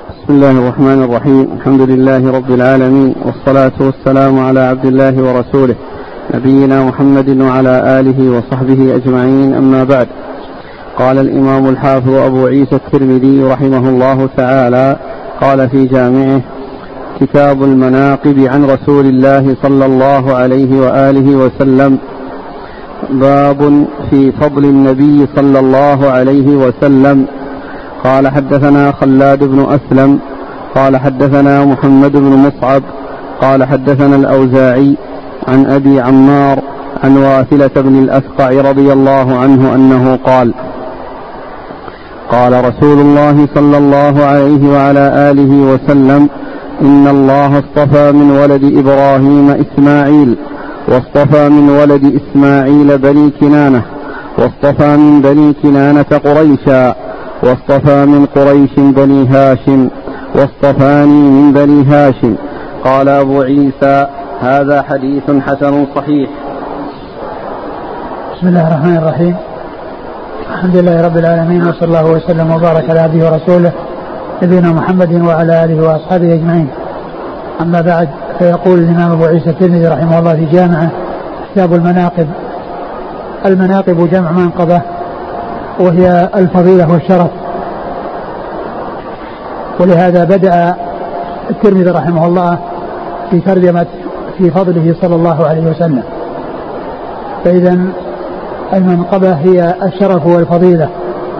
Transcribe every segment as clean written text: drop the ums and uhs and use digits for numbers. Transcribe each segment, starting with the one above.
بسم الله الرحمن الرحيم. الحمد لله رب العالمين، والصلاة والسلام على عبد الله ورسوله نبينا محمد وعلى آله وصحبه أجمعين، أما بعد. قال الإمام الحافظ أبو عيسى الترمذي رحمه الله تعالى قال في جامعه: كتاب المناقب عن رسول الله صلى الله عليه وآله وسلم. باب في فضل النبي صلى الله عليه وسلم. قال: حدثنا خلاد بن أسلم قال حدثنا محمد بن مصعب قال حدثنا الأوزاعي عن أبي عمار عن واثلة بن الأسقع رضي الله عنه أنه قال: قال رسول الله صلى الله عليه وعلى آله وسلم: إن الله اصطفى من ولد إبراهيم إسماعيل، واصطفى من ولد إسماعيل بني كنانة، واصطفى من بني كنانة قريشا، واصطفى من قريش بني هاشم، واصطفاني من بني هاشم. قال أبو عيسى: هذا حديث حسن صحيح. بسم الله الرحمن الرحيم. الحمد لله رب العالمين، وصلى الله وسلم وبارك على عبده ورسوله نبينا محمد وعلى آله وأصحابه أجمعين. أما بعد، فيقول الإمام أبو عيسى الترمذي رحمه الله في جامعه: كتاب المناقب. المناقب جمع منقبة، وهي الفضيلة والشرف، ولهذا بدأ الترمذي رحمه الله في ترجمة في فضله صلى الله عليه وسلم. فإذا المنقبة هي الشرف والفضيلة،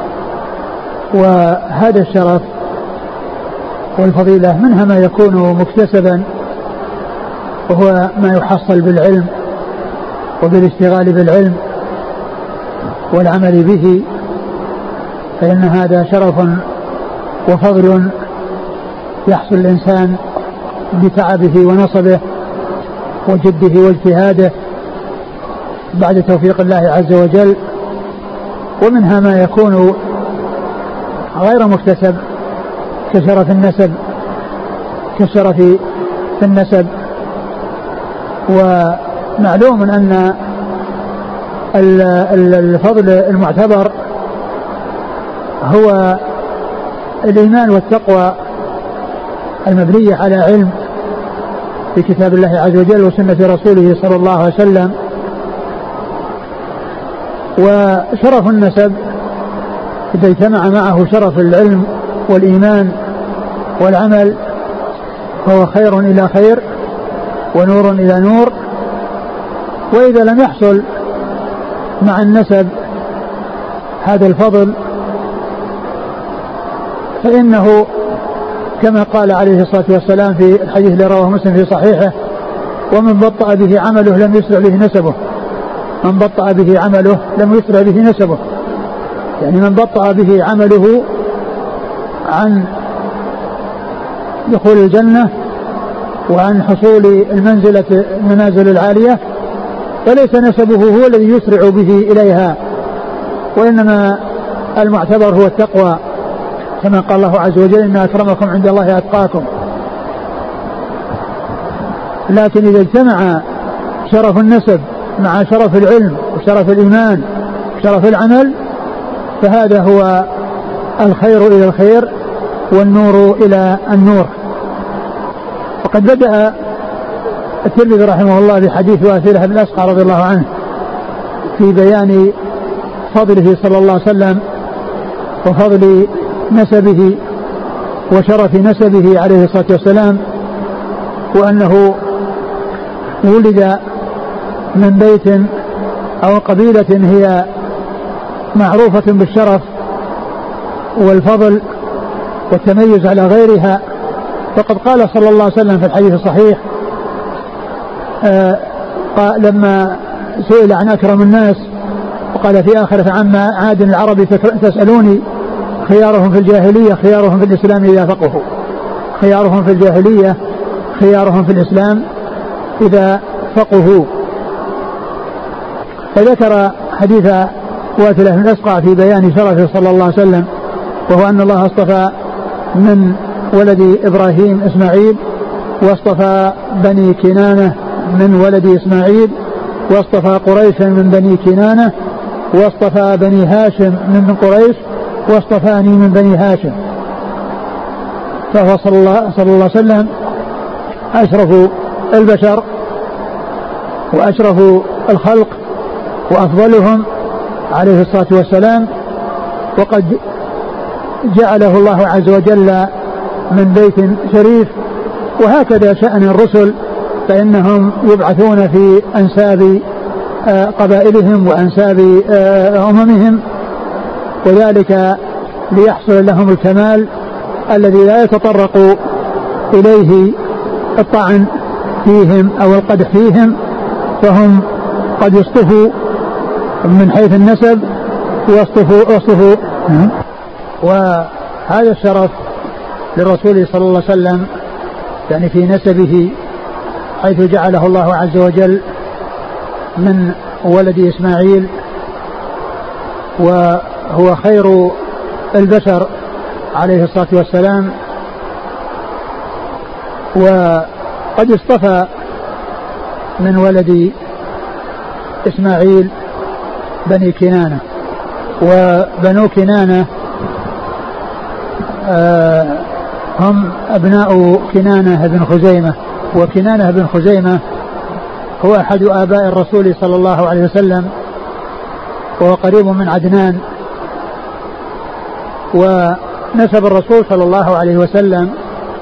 وهذا الشرف والفضيلة منها ما يكون مكتسبا، وهو ما يحصل بالعلم وبالاشتغال بالعلم والعمل به، فإن هذا شرف وفضل يحصل الإنسان بتعبه ونصبه وجده واجتهاده بعد توفيق الله عز وجل. ومنها ما يكون غير مكتسب كشرف النسب، كالشرف في النسب. ومعلوم أن الفضل المعتبر هو الإيمان والتقوى المبنية على علم في كتاب الله عز وجل وسنة رسوله صلى الله عليه وسلم. وشرف النسب إذا اجتمع معه شرف العلم والإيمان والعمل فهو خير إلى خير ونور إلى نور. وإذا لم يحصل مع النسب هذا الفضل فإنه كما قال عليه الصلاة والسلام في الحديث الذي رواه مسلم في صحيحه: ومن بطأ به عمله لم يسرع به نسبه. من بطأ به عمله لم يسرع به نسبه، يعني من بطأ به عمله عن دخول الجنة وعن حصول المنازل العالية فليس نسبه هو الذي يسرع به إليها، وإنما المعتبر هو التقوى، كما قال الله عز وجل: إن أكرمكم عند الله أتقاكم. لكن إذا اجتمع شرف النسب مع شرف العلم وشرف الإيمان وشرف العمل فهذا هو الخير إلى الخير والنور إلى النور. وقد بدأ الترمذي رحمه الله بحديث واثلة بن الأسقع رضي الله عنه في بيان فضله صلى الله عليه وسلم وفضل نسبه وشرف نسبه عليه الصلاة والسلام، وأنه ولد من بيت أو قبيلة هي معروفة بالشرف والفضل والتميز على غيرها. فقد قال صلى الله عليه وسلم في الحديث الصحيح لما سئل عن أكرم الناس وقال في آخر: فعما عاد العرب تسألوني خيارهم في الجاهلية خيارهم في الإسلام إذا فقهوا. خيارهم في الجاهلية خيارهم في الإسلام إذا فقهوا. فذكر حديث واثلة بن الأسقع في بيان شرفه صلى الله عليه وسلم، وهو أن الله اصطفى من ولد إبراهيم إسماعيل، واصطفى بني كنانة من ولد إسماعيل، واصطفى قريشا من بني كنانة، واصطفى بني هاشم من قريش، واصطفاني من بني هاشم. فهو صلى الله عليه وسلم أشرف البشر وأشرف الخلق وأفضلهم عليه الصلاة والسلام، وقد جعله الله عز وجل من بيت شريف. وهكذا شأن الرسل، فإنهم يبعثون في أنساب قبائلهم وأنساب أممهم، وذلك ليحصل لهم الكمال الذي لا يتطرق إليه الطعن فيهم أو القدح فيهم، فهم قد يصطفوا من حيث النسب واصطفوا. وهذا الشرف للرسول صلى الله عليه وسلم يعني في نسبه، حيث جعله الله عز وجل من ولد إسماعيل، وهو خير البشر عليه الصلاة والسلام. وقد اصطفى من ولد إسماعيل بني كنانة، وبنو كنانة هم أبناء كنانة بن خزيمة، وكنانة بن خزيمة هو أحد آباء الرسول صلى الله عليه وسلم، وهو قريب من عدنان. ونسب الرسول صلى الله عليه وسلم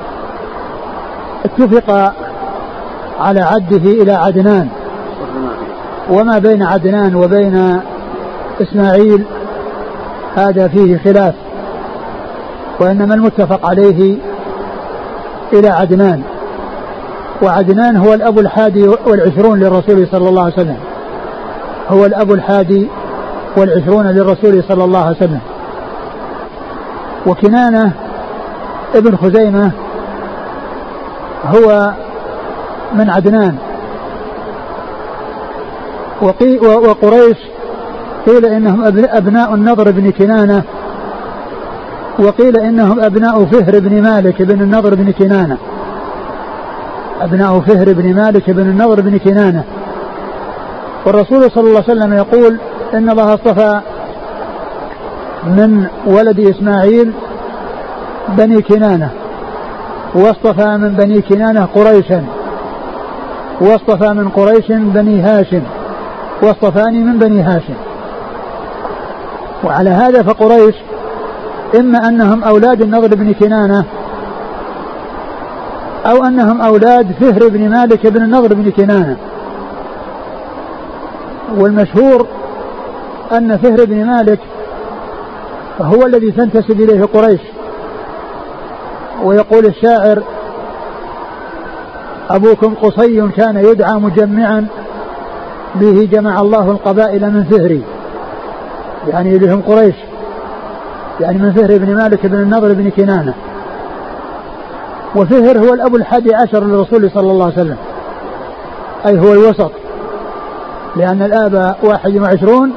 اتفق على عده إلى عدنان، وما بين عدنان وبين إسماعيل هذا فيه خلاف، وإنما المتفق عليه إلى عدنان. وعدنان هو الأب 21 للرسول صلى الله عليه وسلم، هو الأب 21 للرسول صلى الله عليه وسلم. وكنانة ابن خزيمة هو من عدنان. وقريش قيل إنهم أبناء النضر بن كنانة، وقيل إنهم أبناء فهر بن مالك بن النضر بن كنانة، أبناء فهر بن مالك بن النضر بن كنانة. والرسول صلى الله عليه وسلم يقول إن الله اصطفى من ولد إسماعيل بني كنانة، واصطفى من بني كنانة قريشا، واصطفى من قريش بني هاشم، واصطفاني من بني هاشم. وعلى هذا فقريش إما أنهم أولاد النضر بن كنانة أو أنهم أولاد فهر بن مالك بن النضر بن كنانة. والمشهور أن فهر بن مالك هو الذي تنتسب إليه قريش. ويقول الشاعر: أبوكم قصي كان يدعى مجمعا، به جمع الله القبائل من فهري، يعني لهم قريش، يعني من فهر بن مالك بن النضر بن كنانة. وفهر هو الأب 11 للرسول صلى الله عليه وسلم، أي هو الوسط، لأن الآب 21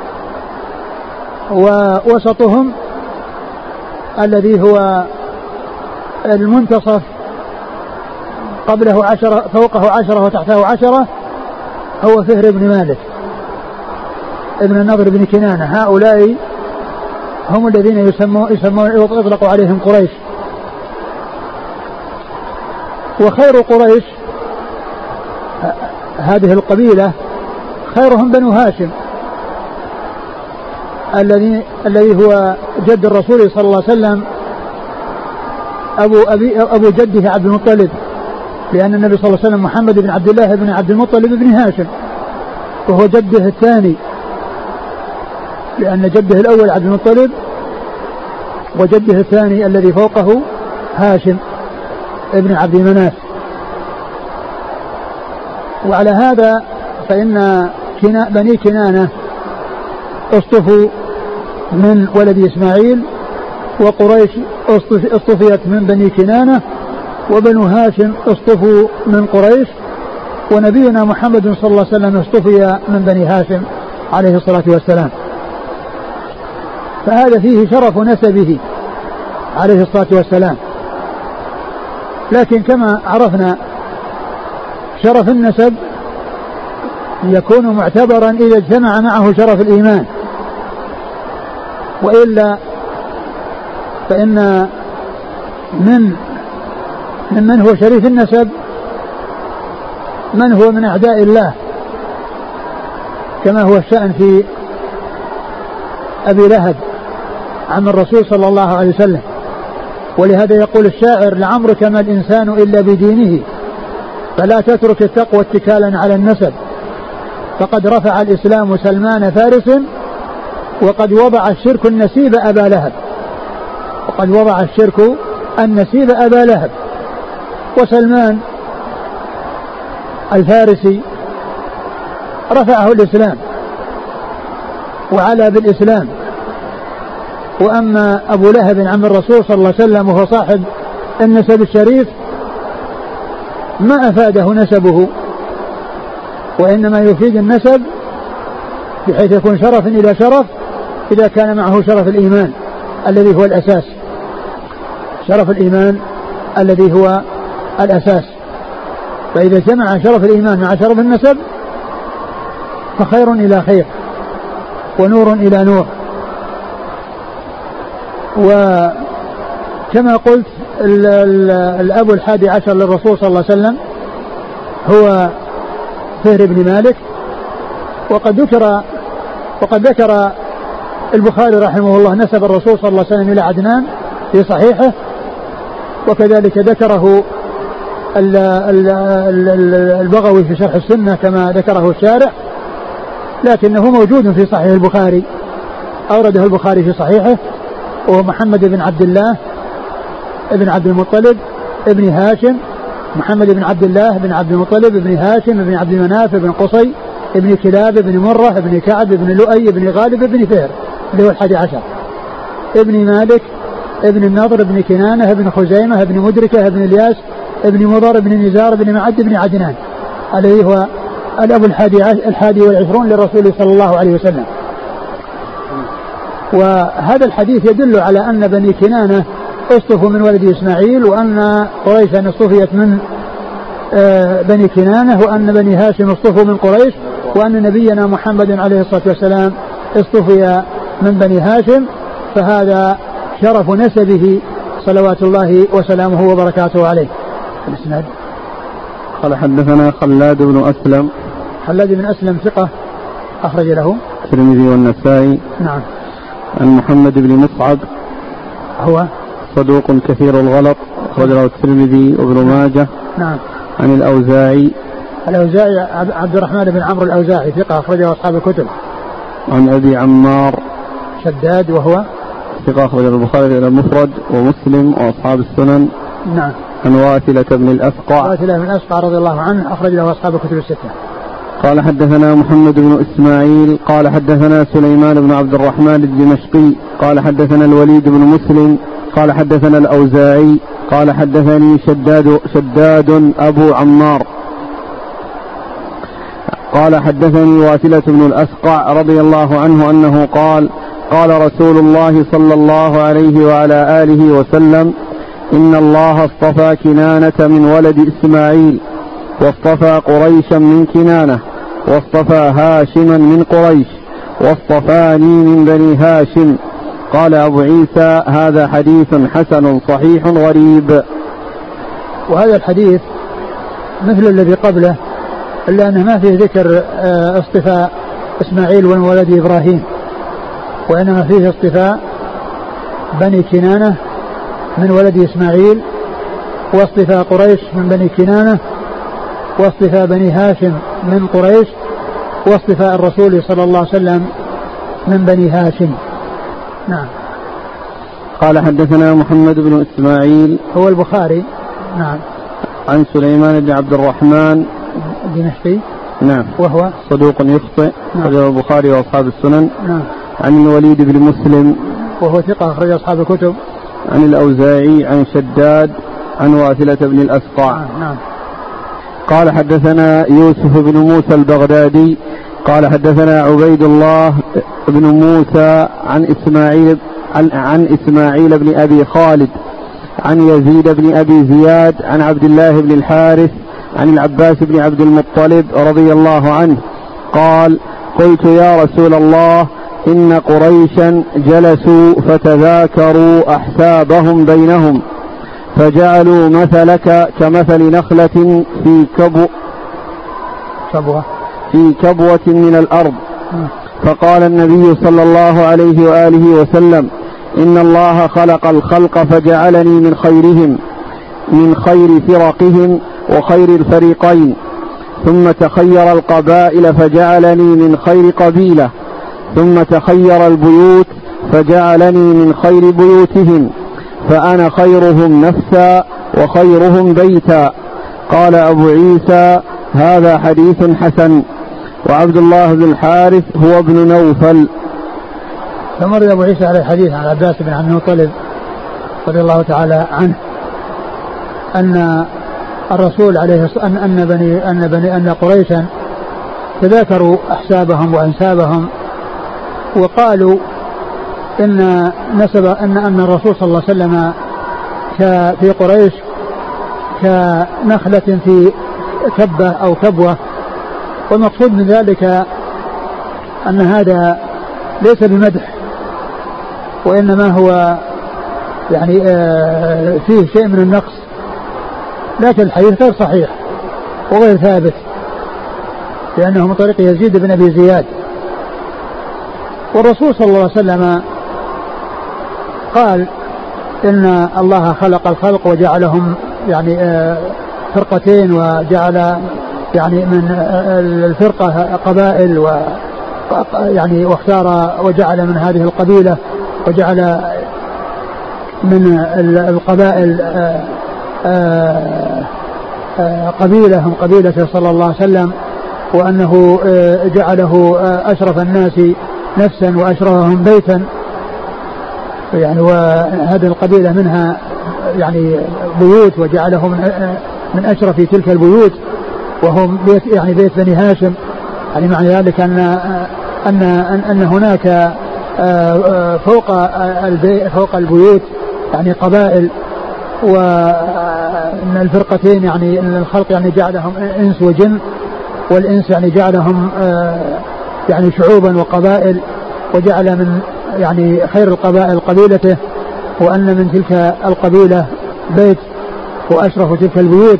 ووسطهم الذي هو المنتصف قبله 10 فوقه 10 وتحته 10 هو فهر بن مالك ابن النضر بن كنانة. هؤلاء هم الذين يسمون يطلق عليهم قريش. وخير قريش هذه القبيلة خيرهم بنو هاشم، الذي هو جد الرسول صلى الله عليه وسلم، أبو جده عبد المطلب، لأن النبي صلى الله عليه وسلم محمد بن عبد الله بن عبد المطلب بن هاشم، وهو جده الثاني، لأن جده الأول عبد المطلب وجده الثاني الذي فوقه هاشم ابن عبد مناف. وعلى هذا فإن بني كنانة اصطفوا من ولد إسماعيل، وقريش اصطفيت من بني كنانة، وبنو هاشم اصطفوا من قريش، ونبينا محمد صلى الله عليه وسلم اصطفي من بني هاشم عليه الصلاة والسلام. فهذا فيه شرف نسبه عليه الصلاة والسلام. لكن كما عرفنا شرف النسب يكون معتبرا إذا اجتمع معه شرف الإيمان، وإلا فإن من ممن هو شريف النسب من هو من أعداء الله، كما هو الشأن في أبي لهب عم الرسول صلى الله عليه وسلم. ولهذا يقول الشاعر: لعمرك ما الإنسان إلا بدينه، فلا تترك التقوى اتكالا على النسب، فقد رفع الإسلام سلمان فارس، وقد وضع الشرك النسيب أبا لهب. وقد وضع الشرك النسيب أبا لهب. وسلمان الفارسي رفعه الإسلام وعلى بالإسلام، وأما أبو لهب عم الرسول صلى الله عليه وسلم وهو صاحب النسب الشريف ما أفاده نسبه، وإنما يفيد النسب بحيث يكون شرف إلى شرف إذا كان معه شرف الإيمان الذي هو الأساس، شرف الإيمان الذي هو الأساس. فإذا جمع شرف الإيمان مع شرف النسب فخير إلى خير ونور إلى نور. وكما قلت الأب 11 للرسول صلى الله عليه وسلم هو فهر بن مالك. وقد ذكر البخاري رحمه الله نسب الرسول صلى الله عليه وسلم إلى عدنان في صحيحه، وكذلك ذكره البغوي في شرح السنة كما ذكره الشارح، لكنه موجود في صحيح البخاري، أورده البخاري في صحيحه، وهو محمد بن عبد الله ابن عبد المطلب ابن هاشم، محمد بن عبد الله بن عبد المطلب ابن هاشم ابن عبد مناف ابن قصي ابن كلاب ابن مرة ابن كعب ابن لؤي ابن غالب ابن فهر اللي هو 11 ابن مالك ابن النضر ابن كنانة ابن خزيمة ابن مدركة ابن الياس ابن مضر ابن نزار ابن معد ابن عدنان الذي هو الأب 11 للرسول صلى الله عليه وسلم. وهذا الحديث يدل على أن بني كنانة اصطفوا من ولد إسماعيل، وأن قريشا اصطفيت من بني كنانة، وأن بني هاشم اصطفوا من قريش، وأن نبينا محمد عليه الصلاة والسلام اصطفي من بني هاشم. فهذا شرف نسبه صلوات الله وسلامه وبركاته عليه. الإسناد قال حدثنا خلاد بن أسلم. خلاد بن أسلم ثقة أخرج له الترمذي والنسائي. نعم. عن محمد بن مصعب هو صدوق كثير الغلط أخرج له الترمذي وابن ماجه. نعم. عن الأوزاعي عبد الرحمن بن عمرو الأوزاعي ثقة أخرجه أصحاب الكتب. عن أبي عمار شداد وهو ثقة أخرجه البخاري المفرد ومسلم وأصحاب السنن. نعم. عن واثلة بن الأسقع رضي الله عنه أخرج له أصحاب الكتب الستة. قال حدثنا محمد بن إسماعيل قال حدثنا سليمان بن عبد الرحمن الدمشقي قال حدثنا الوليد بن مسلم قال حدثنا الأوزاعي قال حدثني شداد أبو عمار قال حدثني واثلة بن الأسقع رضي الله عنه أنه قال قال رسول الله صلى الله عليه وعلى آله وسلم: إن الله اصطفى كنانة من ولد إسماعيل، واصطفى قريشا من كنانة، واصطفى هاشما من قريش، واصطفاني من بني هاشم. قال أبو عيسى: هذا حديث حسن صحيح غريب. وهذا الحديث مثل الذي قبله، إلا أنه ما فيه ذكر اصطفاء إسماعيل من ولد إبراهيم، وإنما فيه اصطفاء بني كنانة من ولد إسماعيل، واصطفاء قريش من بني كنانة، واصطفاء بني هاشم من قريش، واصطفاء الرسول صلى الله عليه وسلم من بني هاشم. نعم. قال حدثنا محمد بن إسماعيل هو البخاري. نعم. عن سليمان بن عبد الرحمن الدمشقي. نعم. وهو صدوق يخطئ أخرجه نعم. البخاري وأصحاب السنن. نعم. عن الوليد بن مسلم وهو ثقة أخرج أصحاب الكتب. عن الأوزاعي عن شداد عن واثلة بن الأسقع. نعم. قال حدثنا يوسف بن موسى البغدادي قال حدثنا عبيد الله بن موسى عن إسماعيل بن أبي خالد عن يزيد بن أبي زياد عن عبد الله بن الحارث عن العباس بن عبد المطلب رضي الله عنه قال: قلت يا رسول الله إن قريشا جلسوا فتذاكروا أحسابهم بينهم، فجعلوا مثلك كمثل نخلة في كبوة من الأرض. فقال النبي صلى الله عليه وآله وسلم: إن الله خلق الخلق فجعلني من خيرهم، من خير فرقهم وخير الفريقين، ثم تخير القبائل فجعلني من خير قبيلة، ثم تخير البيوت فجعلني من خير بيوتهم، فأنا خيرهم نفسا وخيرهم بيتا. قال أبو عيسى: هذا حديث حسن. وعبد الله بن الحارث هو ابن نوفل. فمر أبو عيسى على الحديث عن عباس بن عبد المطلب رضي الله تعالى عنه أن الرسول عليه الصلاة أن قريشا تذاكروا أحسابهم وأنسابهم وقالوا إن الرسول صلى الله عليه وسلم في قريش كنخلة في كبة أو كبوة. والمقصود من ذلك أن هذا ليس بمدح، وإنما هو يعني فيه شيء من النقص، لكن الحديث غير صحيح وغير ثابت، لأنه من طريق يزيد بن أبي زياد. والرسول صلى الله عليه وسلم قال إن الله خلق الخلق وجعلهم يعني فرقتين، وجعل يعني من الفرقة قبائل يعني واختار وجعل من هذه القبيلة وجعل من القبائل قبيلة هم قبيلة صلى الله عليه وسلم، وأنه جعله أشرف الناس نفسا وأشرفهم بيتا، يعني وهذه القبيلة منها يعني بيوت، وجعله من أشرف تلك البيوت وهم بيت يعني بيت بني هاشم. يعني معنى ذلك أن هناك فوق البيوت يعني قبائل، وأن الفرقتين يعني الخلق يعني جعلهم إنس وجن، والإنس يعني جعلهم يعني شعوبا وقبائل، وجعل من يعني خير القبائل قبيلته، وأن من تلك القبيلة بيت وأشرف تلك البيوت.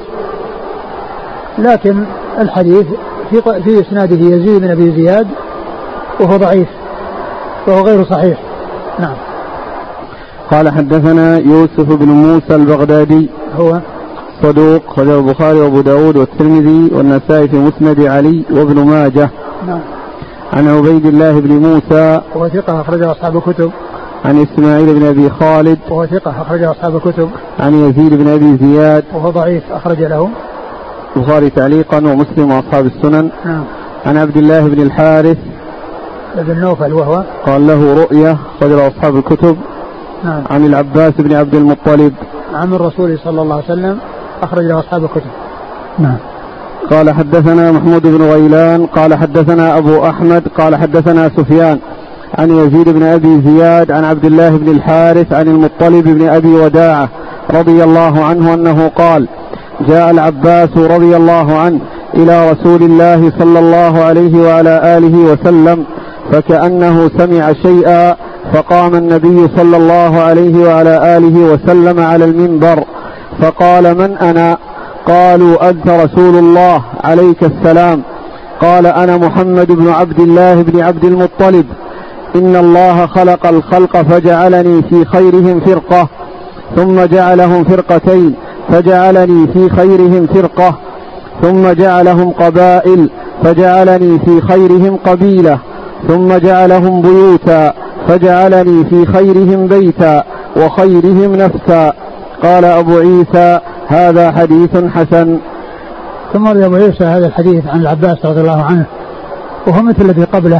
لكن الحديث في إسناده يزيد بن أبي زياد وهو ضعيف وهو غير صحيح. نعم. قال: حدثنا يوسف بن موسى البغدادي هو صدوق، خرجه البخاري وابو داود والترمذي والنسائي في مسند علي وابن ماجه. نعم. عن عبيد الله بن موسى وهو ثقة أخرجه أصحاب الكتب. عن إسماعيل بن أبي خالد وهو ثقة أخرجه أصحاب الكتب. عن يزيد بن أبي زياد وهو ضعيف أخرج له البخاري تعليقا ومسلم وأصحاب السنن. نعم. عن عبد الله بن الحارث بن نوفل وهو قال له رؤية، خرجه أصحاب الكتب. نعم. عن العباس بن عبد المطلب عن الرسول صلى الله عليه وسلم أخرج له أصحاب الكتب. نعم. قال: حدثنا محمود بن غيلان قال حدثنا أبو أحمد قال حدثنا سفيان عن يزيد بن أبي زياد عن عبد الله بن الحارث عن المطلب بن أبي وداعة رضي الله عنه أنه قال: جاء العباس رضي الله عنه إلى رسول الله صلى الله عليه وعلى آله وسلم فكأنه سمع شيئا، فقام النبي صلى الله عليه وعلى آله وسلم على المنبر فقال: من أنا؟ قالوا: أنت رسول الله عليك السلام. قال: أنا محمد بن عبد الله بن عبد المطلب. إن الله خلق الخلق فجعلني في خيرهم فرقة، ثم جعلهم فرقتين فجعلني في خيرهم فرقة، ثم جعلهم قبائل فجعلني في خيرهم قبيلة، ثم جعلهم بيوتا فجعلني في خيرهم بيتا وخيرهم نفسا. قال أبو عيسى: هذا حديث حسن. ثم روى أبو عيسى هذا الحديث عن العباس رضي الله عنه وهو مثل الذي قبله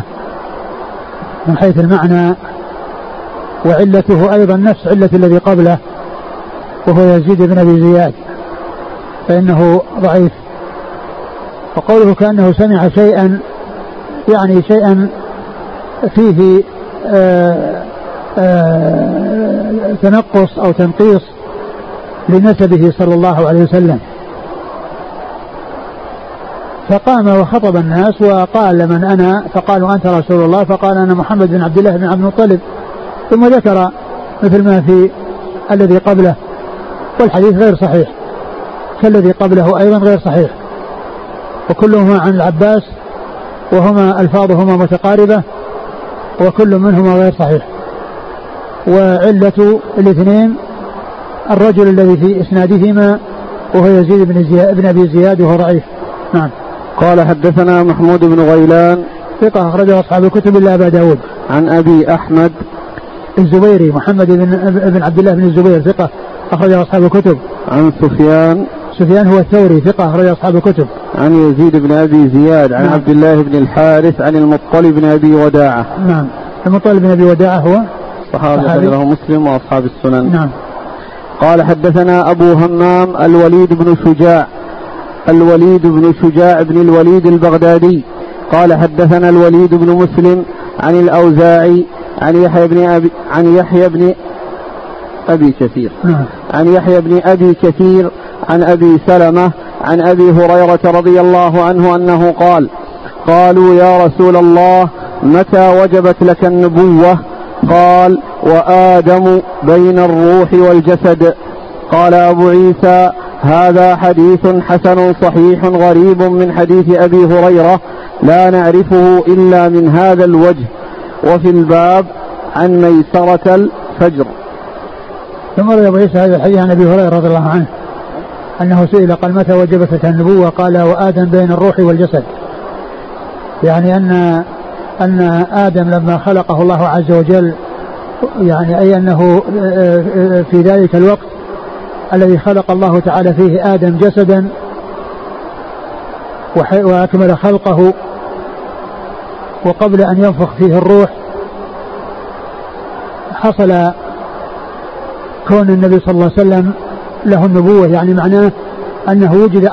من حيث المعنى، وعلته أيضا نفس علة الذي قبله وهو يزيد بن أبي زياد، فإنه ضعيف. وقوله كأنه سمع شيئا يعني شيئا فيه تنقص أو تنقيص لنسبه صلى الله عليه وسلم. فقام وخطب الناس وقال: من أنا؟ فقالوا: أنت رسول الله. فقال: أنا محمد بن عبد الله بن عبد المطلب. ثم ذكر مثل ما في الذي قبله والحديث غير صحيح كالذي قبله أيضا غير صحيح، وكلهما عن العباس وهما ألفاظهما متقاربة وكل منهما غير صحيح. وعلة الاثنين الرجل الذي في إسنادهما وهو يزيد بن أبي زياد وهو ضعيف. نعم. قال حدثنا محمود بن غيلان ثقة أخرجه أصحاب الكتب إلا أبا داود. عن أبي أحمد الزبيري محمد بن عبد الله بن الزبير ثقة أخرجه أصحاب الكتب. عن سفيان هو الثوري ثقة أخرجه أصحاب الكتب. عن يزيد بن أبي زياد عن عبد الله بن الحارث عن المطلب بن أبي وداعة. نعم. المطلب بن أبي وداعة هو صحابي له مسلم وأصحاب السنن. نعم. قال حدثنا أبو همام الوليد بن شجاع بن الوليد البغدادي قال حدثنا الوليد بن مسلم عن الأوزاعي عن يحيى بن أبي كثير عن أبي سلمة عن أبي هريرة رضي الله عنه أنه قال: قالوا يا رسول الله متى وجبت لك النبوة؟ قال: وآدم بين الروح والجسد. قال أبو عيسى: هذا حديث حسن صحيح غريب من حديث أبي هريرة لا نعرفه إلا من هذا الوجه. وفي الباب عن ميسرة الفجر. ثم روى أبو عيسى هذا الحديث عن أبي هريرة رضي الله عنه أنه سئل قال: متى وجبت لك النبوة؟ قال: وآدم بين الروح والجسد. يعني أن آدم لما خلقه الله عز وجل، يعني أي أنه في ذلك الوقت الذي خلق الله تعالى فيه آدم جسدا وأكمل خلقه، وقبل أن ينفخ فيه الروح حصل كون النبي صلى الله عليه وسلم له النبوة، يعني معناه أنه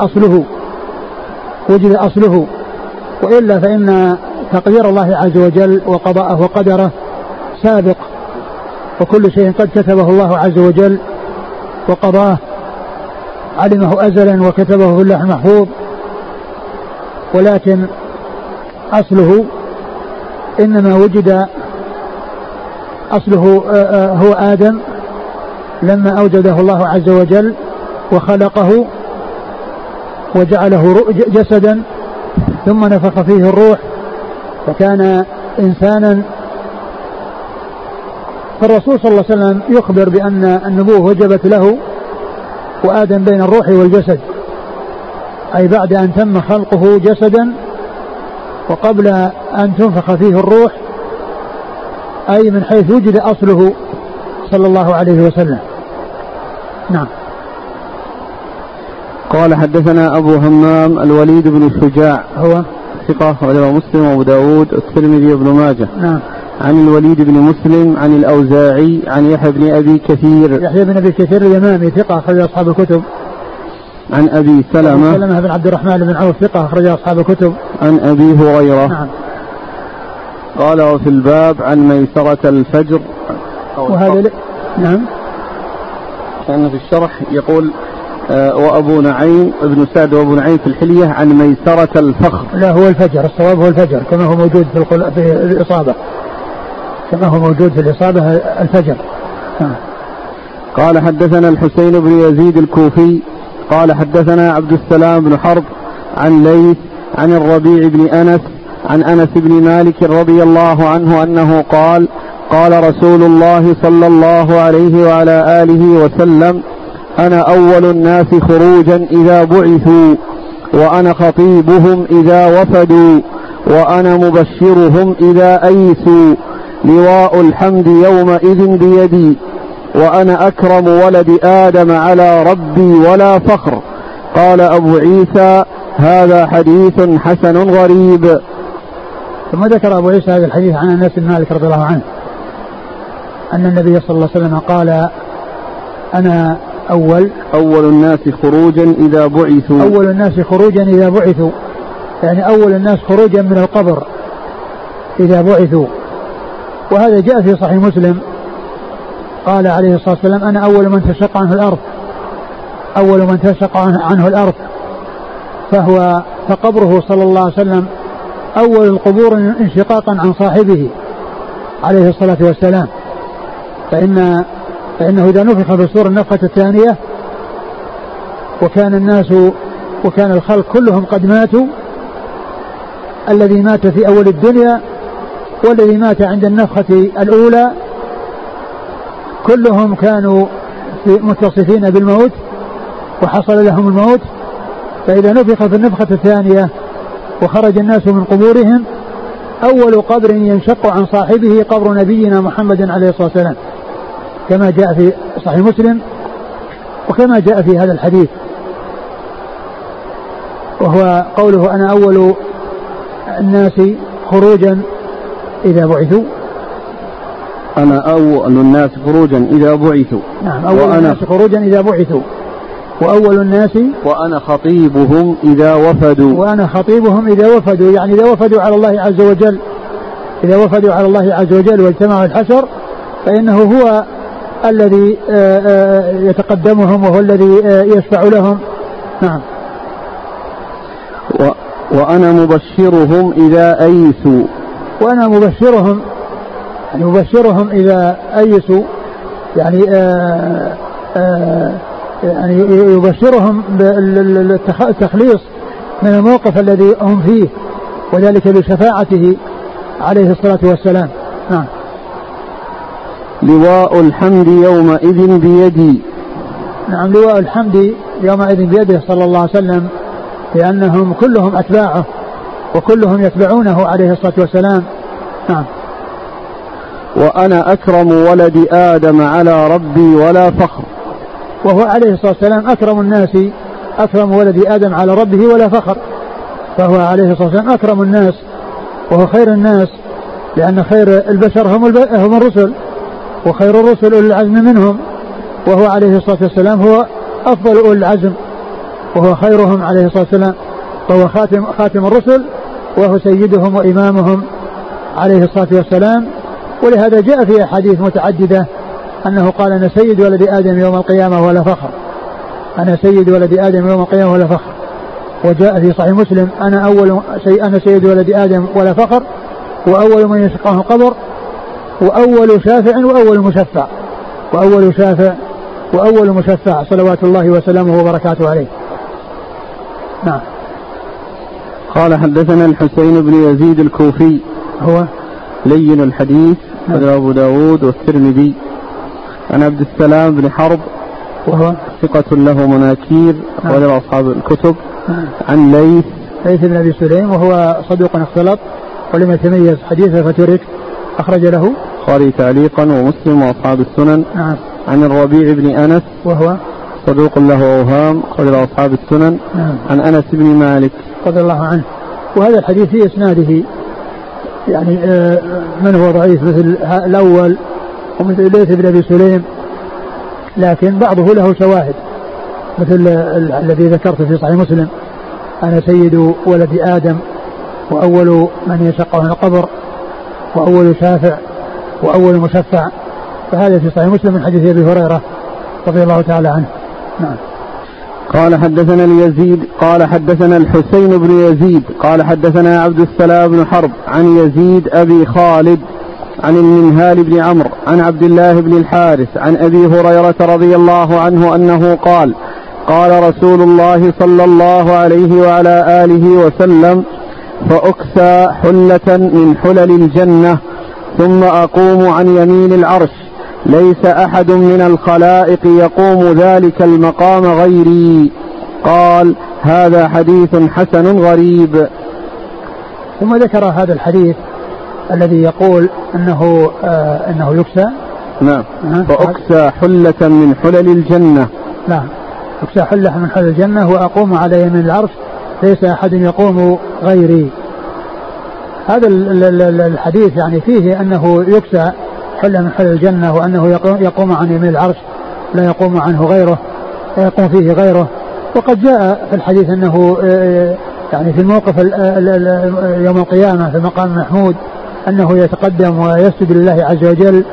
وجد أصله، وإلا فإن تقدير الله عز وجل وقضاءه وقدره سابق، وكل شيء قد كتبه الله عز وجل وقضاه، علمه أزلا وكتبه في اللوح المحفوظ، ولكن أصله إنما وجد أصله هو آدم لما أوجده الله عز وجل وخلقه وجعله جسدا ثم نفخ فيه الروح فكان إنسانا. فالرسول صلى الله عليه وسلم يخبر بأن النبوة وجبت له وآدم بين الروح والجسد، أي بعد أن تم خلقه جسدا وقبل أن تنفخ فيه الروح، أي من حيث وجد أصله صلى الله عليه وسلم. نعم. قال حدثنا أبو همام الوليد بن شجاع هو ثقة أخرجه مسلم وأبو داود والترمذي وابن ماجه. نعم. عن الوليد بن مسلم عن الأوزاعي عن يحيى بن أبي كثير اليمامي ثقة أخرجه أصحاب الكتب. عن أبي سلمة بن عبد الرحمن بن عوف ثقة أخرجه أصحاب الكتب. عن أبي هريرة. نعم. قال: وفي الباب عن ميسرة الفجر. وهذا نعم. كان في الشرح يقول وأبو نعيم ابن سعد وأبو نعيم في الحلية عن ميسرة الفخر. لا، هو الفجر، الصواب هو الفجر كما هو موجود في الإصابة، كما هو موجود في الإصابة الفجر. قال حدثنا الحسين بن يزيد الكوفي قال حدثنا عبد السلام بن حرب عن ليث عن الربيع بن أنس عن أنس بن مالك رضي الله عنه أنه قال: قال رسول الله صلى الله عليه وعلى آله وسلم: أنا أول الناس خروجا إذا بعثوا، وأنا خطيبهم إذا وفدوا، وأنا مبشرهم إذا أيسوا، لواء الحمد يومئذ بيدي، وأنا أكرم ولد آدم على ربي ولا فخر. قال أبو عيسى: هذا حديث حسن غريب. ثم ذكر أبو عيسى هذا الحديث عن أنس بن مالك رضي الله عنه أن النبي صلى الله عليه وسلم قال: أنا أول الناس خروجا إذا بعثوا. أول الناس خروجا إذا بعثوا، يعني أول الناس خروجا من القبر إذا بعثوا. وهذا جاء في صحيح مسلم، قال عليه الصلاة والسلام: أنا أول من تشق عنه الأرض، فقبره صلى الله عليه وسلم أول القبور انشقاقا عن صاحبه عليه الصلاة والسلام، فإنه إذا نفخ في الصور النفخة الثانية وكان الخلق كلهم قد ماتوا، الذي مات في أول الدنيا والذي مات عند النفخة الأولى، كلهم كانوا متصفين بالموت وحصل لهم الموت. فإذا نفخ في النفخة الثانية وخرج الناس من قبورهم، أول قبر ينشق عن صاحبه قبر نبينا محمد عليه الصلاة والسلام، كما جاء في صحيح مسلم وكما جاء في هذا الحديث، وهو قوله أنا أول الناس خروجا إذا بعثوا. أنا أول الناس خروجا إذا بعثوا. نعم، أول الناس خروجا إذا بعثوا، وأول الناس وأنا خطيبهم إذا وفدوا. وأنا خطيبهم إذا وفدوا، يعني إذا وفدوا على الله عز وجل، إذا وفدوا على الله عز وجل واجتمعوا الحشر، فإنه هو الذي يتقدمهم وهو الذي يشفع لهم. نعم. وأنا مبشرهم إذا أيسوا. وأنا مبشرهم، يعني مبشرهم إذا أيسوا، يعني يعني يبشرهم بالتخليص من الموقف الذي هم فيه، وذلك بشفاعته عليه الصلاة والسلام. نعم. لواء الحمد يومئذ بيدي. نعم، لواء الحمد يومئذ بيده صلى الله عليه وسلم، لأنهم كلهم أتباعه وكلهم يتبعونه عليه الصلاة والسلام. نعم. وأنا أكرم ولد آدم على ربي ولا فخر. وهو عليه الصلاة والسلام أكرم الناس، أكرم ولد آدم على ربه ولا فخر، فهو عليه الصلاة والسلام أكرم الناس وهو خير الناس، لأن خير البشر هم الرسل، وخير الرسل أولي العزم منهم، وهو عليه الصلاة والسلام هو أفضل أولي العزم وهو خيرهم عليه الصلاة والسلام، فهو خاتم الرسل وهو سيدهم وإمامهم عليه الصلاة والسلام. ولهذا جاء في أحاديث متعددة أنه قال أنا سيد ولد آدم يوم القيامة ولا فخر، أنا سيد ولد آدم يوم القيامة ولا فخر. وجاء في صحيح مسلم أنا سيد ولد آدم ولا فخر، وأول من يشقاه القبر، وأول شافع وأول مشفع، وأول شافع وأول مشفع صلوات الله وسلامه وبركاته عليه. نعم. قال حدثنا الحسين بن يزيد الكوفي، هو لين الحديث، أخرجه أبو داود والترمذي، عن عبد السلام بن حرب وهو ثقة له مناكير، أخرجه أصحاب الكتب. عن ليث بن أبي سليم وهو صدوق اختلط ولم يتميز حديثه فترك، أخرج له البخاري تعليقا ومسلم وأصحاب السنن. نعم. عن الربيع بن أنس وهو صدوق له أوهام، أخرجه أصحاب السنن. نعم. عن أنس بن مالك رضي الله عنه. وهذا الحديث في إسناده يعني من هو ضعيف مثل الأول ومثل ليث بن أبي سليم، لكن بعضه له شواهد مثل الذي ذكرته في صحيح مسلم أنا سيد ولد آدم وأول من يشقه القبر وأول شافع وأول مشفع، فهذا في صحيح مسلم من حديث أبي هريرة رضي الله تعالى عنه. نعم. قال حدثنا اليزيد قال حدثنا الحسين بن يزيد قال حدثنا عبد السلام بن حرب عن يزيد أبي خالد عن المنهال بن عمرو عن عبد الله بن الحارث عن أبي هريرة رضي الله عنه أنه قال قال رسول الله صلى الله عليه وعلى آله وسلم فأكسى حلة من حلل الجنة ثم أقوم عن يمين العرش ليس أحد من الخلائق يقوم ذلك المقام غيري. قال هذا حديث حسن غريب. ثم ذكر هذا الحديث الذي يقول أنه يكسى. نعم. فأكسى حلة من حلل الجنة. نعم. أكسى حلة من حلل الجنة وأقوم على يمين العرش ليس أحد يقوم غيري. هذا الحديث يعني فيه أنه يكسى حلة من حلل الجنة وأنه يقوم عن يمين العرش لا يقوم عنه غيره، لا يقوم فيه غيره. وقد جاء في الحديث أنه يعني في الموقف يوم القيامة في مقام محمود أنه يتقدم ويسجد لله عز وجل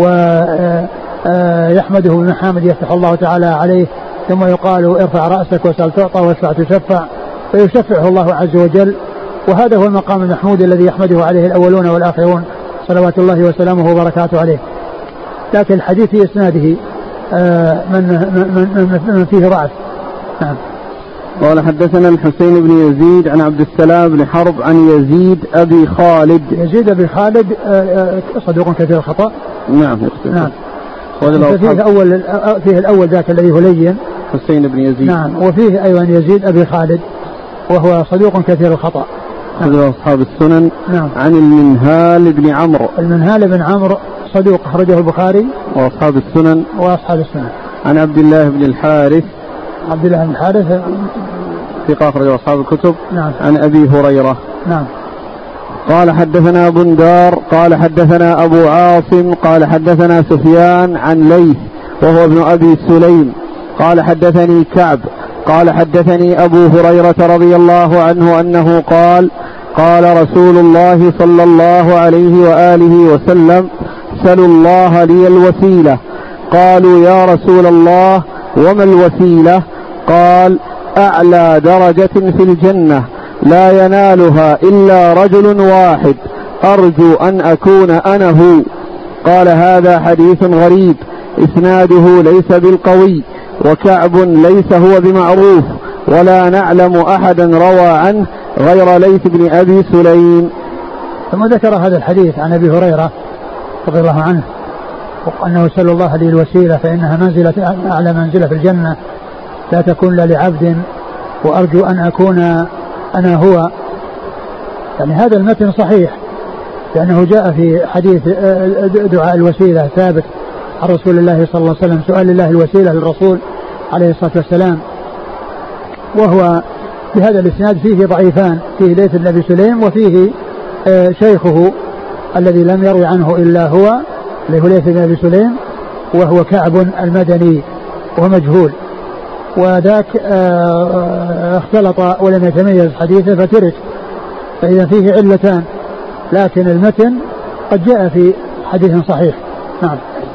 ويحمده بمحامد يفتح الله تعالى عليه، ثم يقال ارفع رأسك واسأل تعطى واشفع تشفع، فيشفعه الله عز وجل. وهذا هو المقام المحمود الذي يحمده عليه الأولون والآخرون صلوات الله وسلامه وبركاته عليه. لكن الحديث في إسناده من فيه ضعف، نعم. قال حدثنا الحسين بن يزيد عن عبد السلام بن حرب عن يزيد أبي خالد. يزيد أبي خالد صدوق كثير الخطأ. نعم. فيه الأول ذاك الذي هو لين حسين بن يزيد. نعم. وفيه أيضا يزيد أبي خالد وهو صدوق كثير الخطأ. نعم. أصحاب السنن. نعم. عن المنهال بن عمرو. المنهال بن عمرو صدوق أخرجه البخاري وأصحاب السنن. عن عبد الله بن الحارث. عبد الله بن الحارث ثقة أخرجه أصحاب الكتب. نعم. عن أبي هريرة. نعم. قال حدثنا بندار قال حدثنا أبو عاصم قال حدثنا سفيان عن ليث وهو ابن أبي سليم قال حدثني كعب قال حدثني أبو هريرة رضي الله عنه أنه قال قال رسول الله صلى الله عليه وآله وسلم سلوا الله لي الوسيلة. قالوا يا رسول الله وما الوسيلة؟ قال أعلى درجة في الجنة لا ينالها إلا رجل واحد أرجو أن أكون أنا هو. قال هذا حديث غريب إسناده ليس بالقوي وكعب ليس هو بمعروف ولا نعلم أحدا روى عنه غير ليث بن أبي سليم. ثم ذكر هذا الحديث عن أبي هريرة رضي الله عنه أنه سل الله لي الوسيلة فإنها منزلة أعلى منزلة في الجنة لا تكون لا لعبد وأرجو أن أكون أنا هو. يعني هذا المتن صحيح لأنه جاء في حديث دعاء الوسيلة ثابت عن رسول الله صلى الله عليه وسلم سؤال الله الوسيلة للرسول عليه الصلاة والسلام. وهو بهذا الإسناد فيه ضعيفان فيه ليث بن أبي سليم وفيه شيخه الذي لم يروي عنه إلا هو اللي هو ليث بن أبي سليم وهو كعب المدني ومجهول وذاك اختلط ولم يتميز حديثه فترك فإذا فيه علتان لكن المتن قد جاء في حديث صحيح. نعم.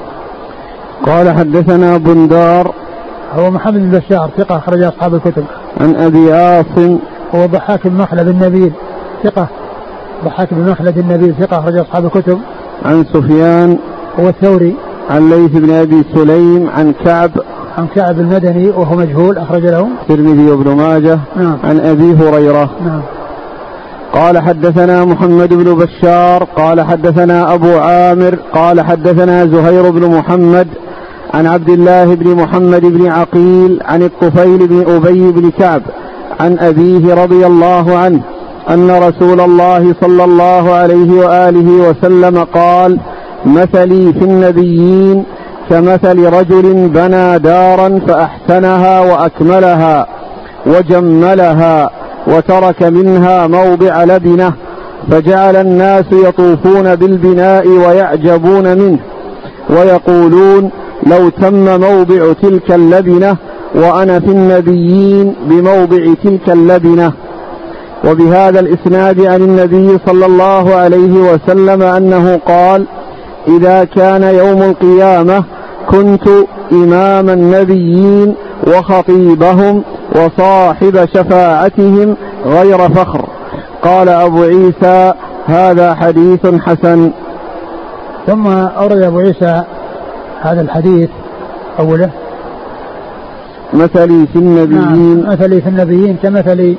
قال حدثنا بندار هو محمد بن بشار ثقة أخرج أصحاب الكتب. عن أبي عاصم هو ضحاك بن مخلد النبيل ثقة ضحاك بن مخلد النبيل ثقة أخرج أصحاب الكتب. عن سفيان هو الثوري. عن ليث بن أبي سليم عن كعب المدني وهو مجهول أخرج له الترمذي وابن ماجه. نعم. عن أبي هريرة. نعم. قال حدثنا محمد بن بشار قال حدثنا أبو عامر قال حدثنا زهير بن محمد عن عبد الله بن محمد بن عقيل عن الطفيل بن أبي بن كعب عن أبيه رضي الله عنه أن رسول الله صلى الله عليه وآله وسلم قال مثلي في النبيين كمثل رجل بنى دارا فأحسنها وأكملها وجملها وترك منها موضع لبنة فجعل الناس يطوفون بالبناء ويعجبون منه ويقولون لو تم موضع تلك اللبنة وأنا في النبيين بموضع تلك اللبنة. وبهذا الإسناد عن النبي صلى الله عليه وسلم أنه قال إذا كان يوم القيامة كنت إمام النبيين وخطيبهم وصاحب شفاعتهم غير فخر. قال أبو عيسى هذا حديث حسن. ثم أورد أبو عيسى هذا الحديث أوله مثلي في النبيين. مثلي في النبيين كمثل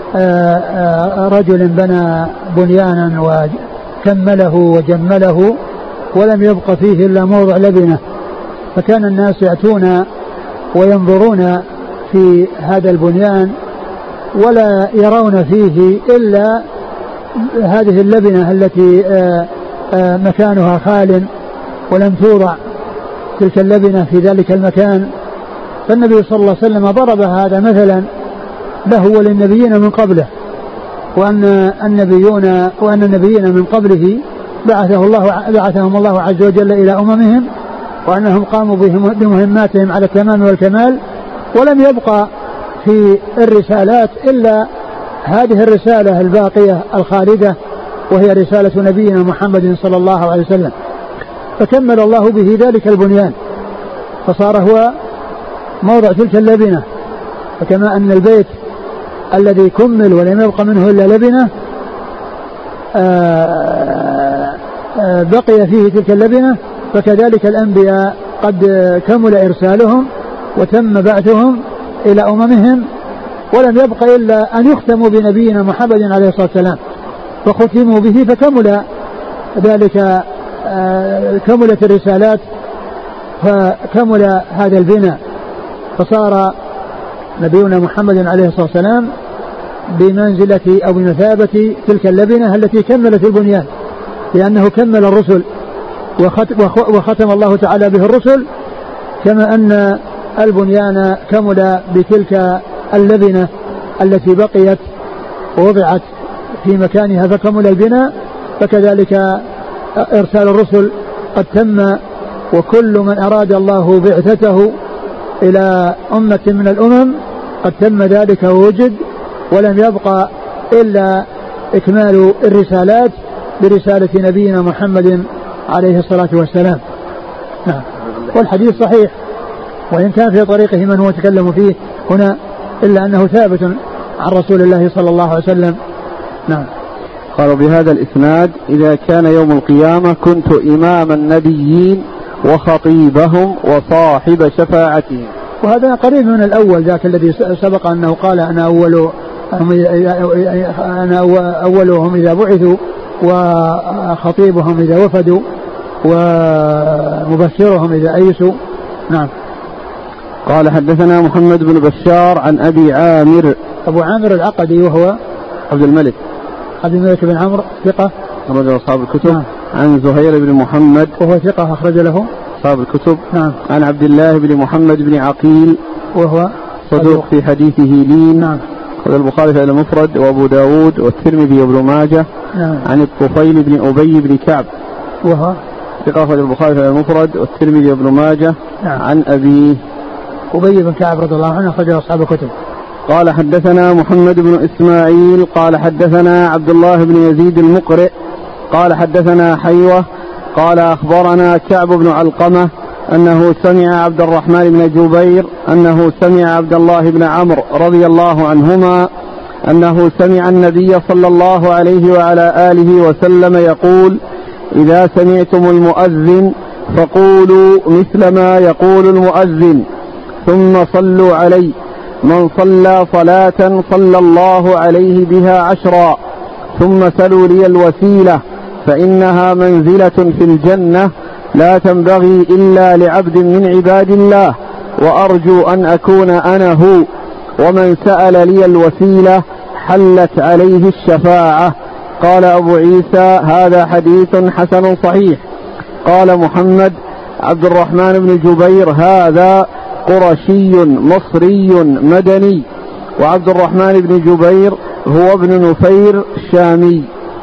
رجل بنى بنيانا وكمله وجمله ولم يبق فيه إلا موضع لبنة فكان الناس يأتون وينظرون في هذا البنيان ولا يرون فيه إلا هذه اللبنة التي مكانها خال ولم توضع تلك اللبنة في ذلك المكان. فالنبي صلى الله عليه وسلم ضرب هذا مثلا له وللنبيين من قبله وأن النبيين من قبله بعثهم الله عز وجل إلى أممهم وأنهم قاموا بمهماتهم على التمام والكمال ولم يبقى في الرسالات إلا هذه الرسالة الباقية الخالدة وهي رسالة نبينا محمد صلى الله عليه وسلم. فكمل الله به ذلك البنيان فصار هو موضع تلك اللبنة. فكما أن البيت الذي كمل ولم يبقى منه إلا لبنة بقي فيه تلك اللبنة فكذلك الأنبياء قد كمل إرسالهم وتم بعثهم إلى أممهم ولم يبق إلا أن يختموا بنبينا محمد عليه الصلاة والسلام، فختموا به فكمل ذلك، كملت الرسالات، فكمل هذا البناء، فصار نبينا محمد عليه الصلاة والسلام بمنزلة أو بمثابة تلك اللبنة التي كملت البنيان، لأنه كمل الرسل وختم الله تعالى به الرسل، كما أن البنيان كمل بتلك اللبنة التي بقيت ووضعت في مكانها فكمل البناء، فكذلك إرسال الرسل قد تم، وكل من أراد الله بعثته إلى أمة من الأمم قد تم ذلك ووجد، ولم يبقى إلا إكمال الرسالات برسالة نبينا محمد عليه الصلاة والسلام. نعم. والحديث صحيح وإن كان في طريقه من هو يتكلم فيه هنا، إلا أنه ثابت عن رسول الله صلى الله عليه وسلم. نعم. قالوا بهذا الإسناد: إذا كان يوم القيامة كنت إمام النبيين وخطيبهم وصاحب شفاعتهم. وهذا قريب من الأول ذاك الذي سبق أنه قال أنا أولهم إذا بعثوا وخطيبهم إذا وفدوا ومبشرهم إذا أيسوا. نعم. قال حدثنا محمد بن بشار عن أبي عامر، أبو عامر العقدي وهو عبد الملك بن عمرو ثقة أخرج أصحاب الكتب. نعم. عن زهير بن محمد وهو ثقة أخرج له أصحاب الكتب. نعم. عن عبد الله بن محمد بن عقيل وهو صدوق في حديثه لين. نعم. أخرج البخاري في المفرد وأبو داود والترمذي وابن ماجه. نعم. عن الطفيل بن أبي بن كعب وهو ثقة أخرج البخاري في المفرد والترمذي وابن ماجه. نعم. عن أبي أبي بن كعب رضي الله عنه أخرج أصحاب الكتب. قال حدثنا محمد بن إسماعيل قال حدثنا عبد الله بن يزيد المقرئ قال حدثنا حيوة قال أخبرنا كعب بن علقمة أنه سمع عبد الرحمن بن جبير أنه سمع عبد الله بن عمرو رضي الله عنهما أنه سمع النبي صلى الله عليه وعلى آله وسلم يقول: إذا سمعتم المؤذن فقولوا مثل ما يقول المؤذن ثم صلوا عليه، من صلى صلاة صلى الله عليه بها 10، ثم سلوا لي الوسيلة فإنها منزلة في الجنة لا تنبغي إلا لعبد من عباد الله، وأرجو أن أكون أنا هو، ومن سأل لي الوسيلة حلت عليه الشفاعة. قال أبو عيسى: هذا حديث حسن صحيح. قال محمد: عبد الرحمن بن جبير هذا قرشي مصري مدني، وعبد الرحمن بن جبير هو ابن نفير شامي.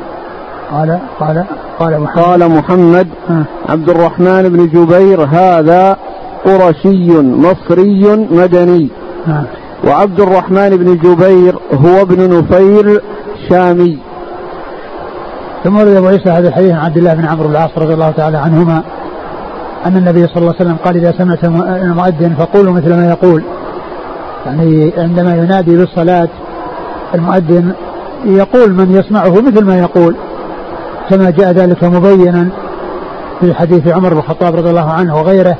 قال محمد: عبد الرحمن بن جبير هذا قرشي مصري مدني، وعبد الرحمن بن جبير هو ابن نفير شامي. ثم ورد أبو عيسى هذا الحديث عن عبد الله بن عمرو بن العاص رضي الله تعالى عنهما أن النبي صلى الله عليه وسلم قال: إذا سمعت المؤذن فقولوا مثل ما يقول، يعني عندما ينادي بالصلاة المؤذن يقول من يسمعه مثل ما يقول، كما جاء ذلك مبينا في حديث عمر بن الخطاب رضي الله عنه وغيره،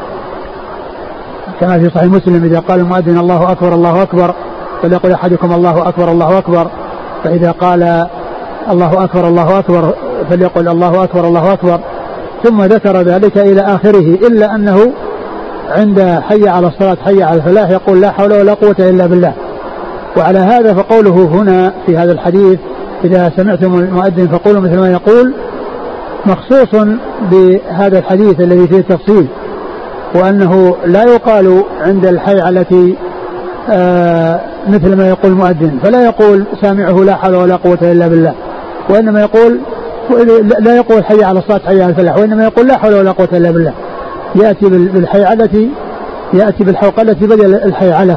كما في صحيح مسلم: إذا قال المؤذن الله أكبر الله أكبر فليقل أحدكم الله أكبر الله أكبر، فإذا قال الله أكبر الله أكبر فليقل الله أكبر الله أكبر، ثم ذكر ذلك إلى آخره، إلا أنه عند حي على الصلاة حي على الفلاح يقول: لا حول ولا قوة إلا بالله. وعلى هذا فقوله هنا في هذا الحديث: إذا سمعتم المؤذن فقولوا مثل ما يقول، مخصوص بهذا الحديث الذي فيه التفصيل، وأنه لا يقال عند الحيعلة مثل ما يقول المؤذن، فلا يقول سامعه لا حول ولا قوة إلا بالله، وإنما يقول لا يقول حي على الصلاة حي على الفلاح، وإنما يقول لا حول ولا قوة إلا بالله. يأتي بالحيعلة، يأتي بالحوقلة بدل الحيعلة.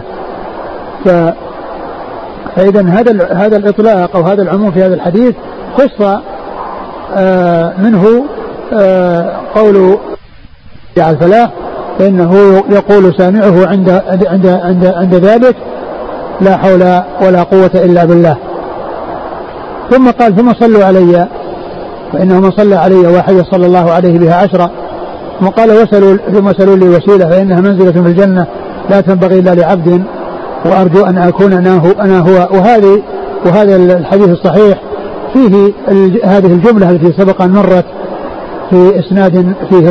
فإذا هذا الإطلاق أو هذا العموم في هذا الحديث خص منه قول على الفلاح، فإنه يقول سامعه عند ذلك لا حول ولا قوة إلا بالله. ثم قال: ثم صلوا علي فإنه من صلى علي واحد صلى الله عليه بها 10. ثم قال: ثم سلوا لي وسيلة فإنها منزلة في الجنة لا تنبغي إلا لعبد وأرجو أن أكون أنا هو. وهذا الحديث الصحيح فيه هذه الجملة التي سبق أن مرت في إسناد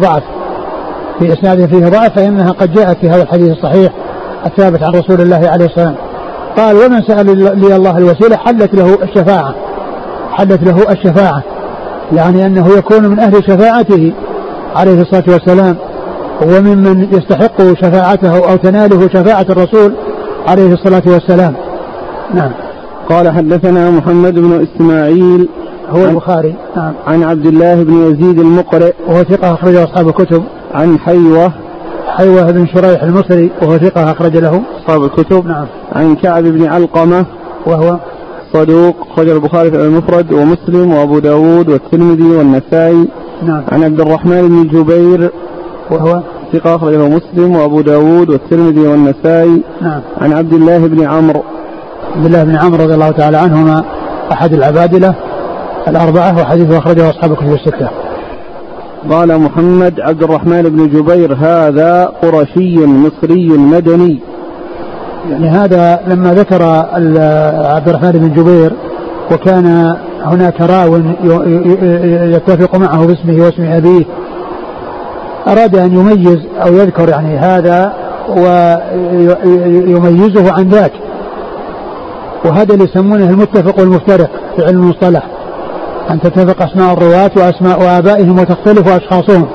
فيه ضعف فإنها قد جاءت في هذا الحديث الصحيح الثابت عن رسول الله عليه السلام. قال ومن سأل لي الله الوسيلة حلت له الشفاعة يعني أنه يكون من أهل شفاعته عليه الصلاة والسلام وممن يستحق شفاعته أو تناله شفاعة الرسول عليه الصلاة والسلام. نعم. قال حدثنا محمد بن إسماعيل هو البخاري. نعم. عن عبد الله بن يزيد المقرئ وهو ثقة أخرج أصحاب الكتب. عن حيوة بن شريح المصري وهو ثقة أخرج له أصحاب الكتب. نعم. عن كعب بن علقمة وهو صدوق أخرج البخاري في المفرد ومسلم وأبو داود والترمذي والنسائي. نعم. عن عبد الرحمن بن جبير وهو ثقة أخرج له مسلم وأبو داود والترمذي والنسائي. نعم. عن عبد الله بن عمرو رضي الله تعالى عنهما أحد العبادلة الأربعة وحديثه أخرجه أصحاب الكتب الستة. قال محمد عبد الرحمن بن جبير هذا قرشي مصري مدني. يعني هذا لما ذكر عبد الرحمن بن جبير وكان هناك راو يتفق معه باسمه واسم أبيه أراد أن يميز أو يذكر يعني هذا ويميزه عن ذاك وهذا اللي يسمونه المتفق والمفترق في علم المصطلح أن تتفق أسماء الرواة وأسماء آبائهم وتختلف أشخاصهم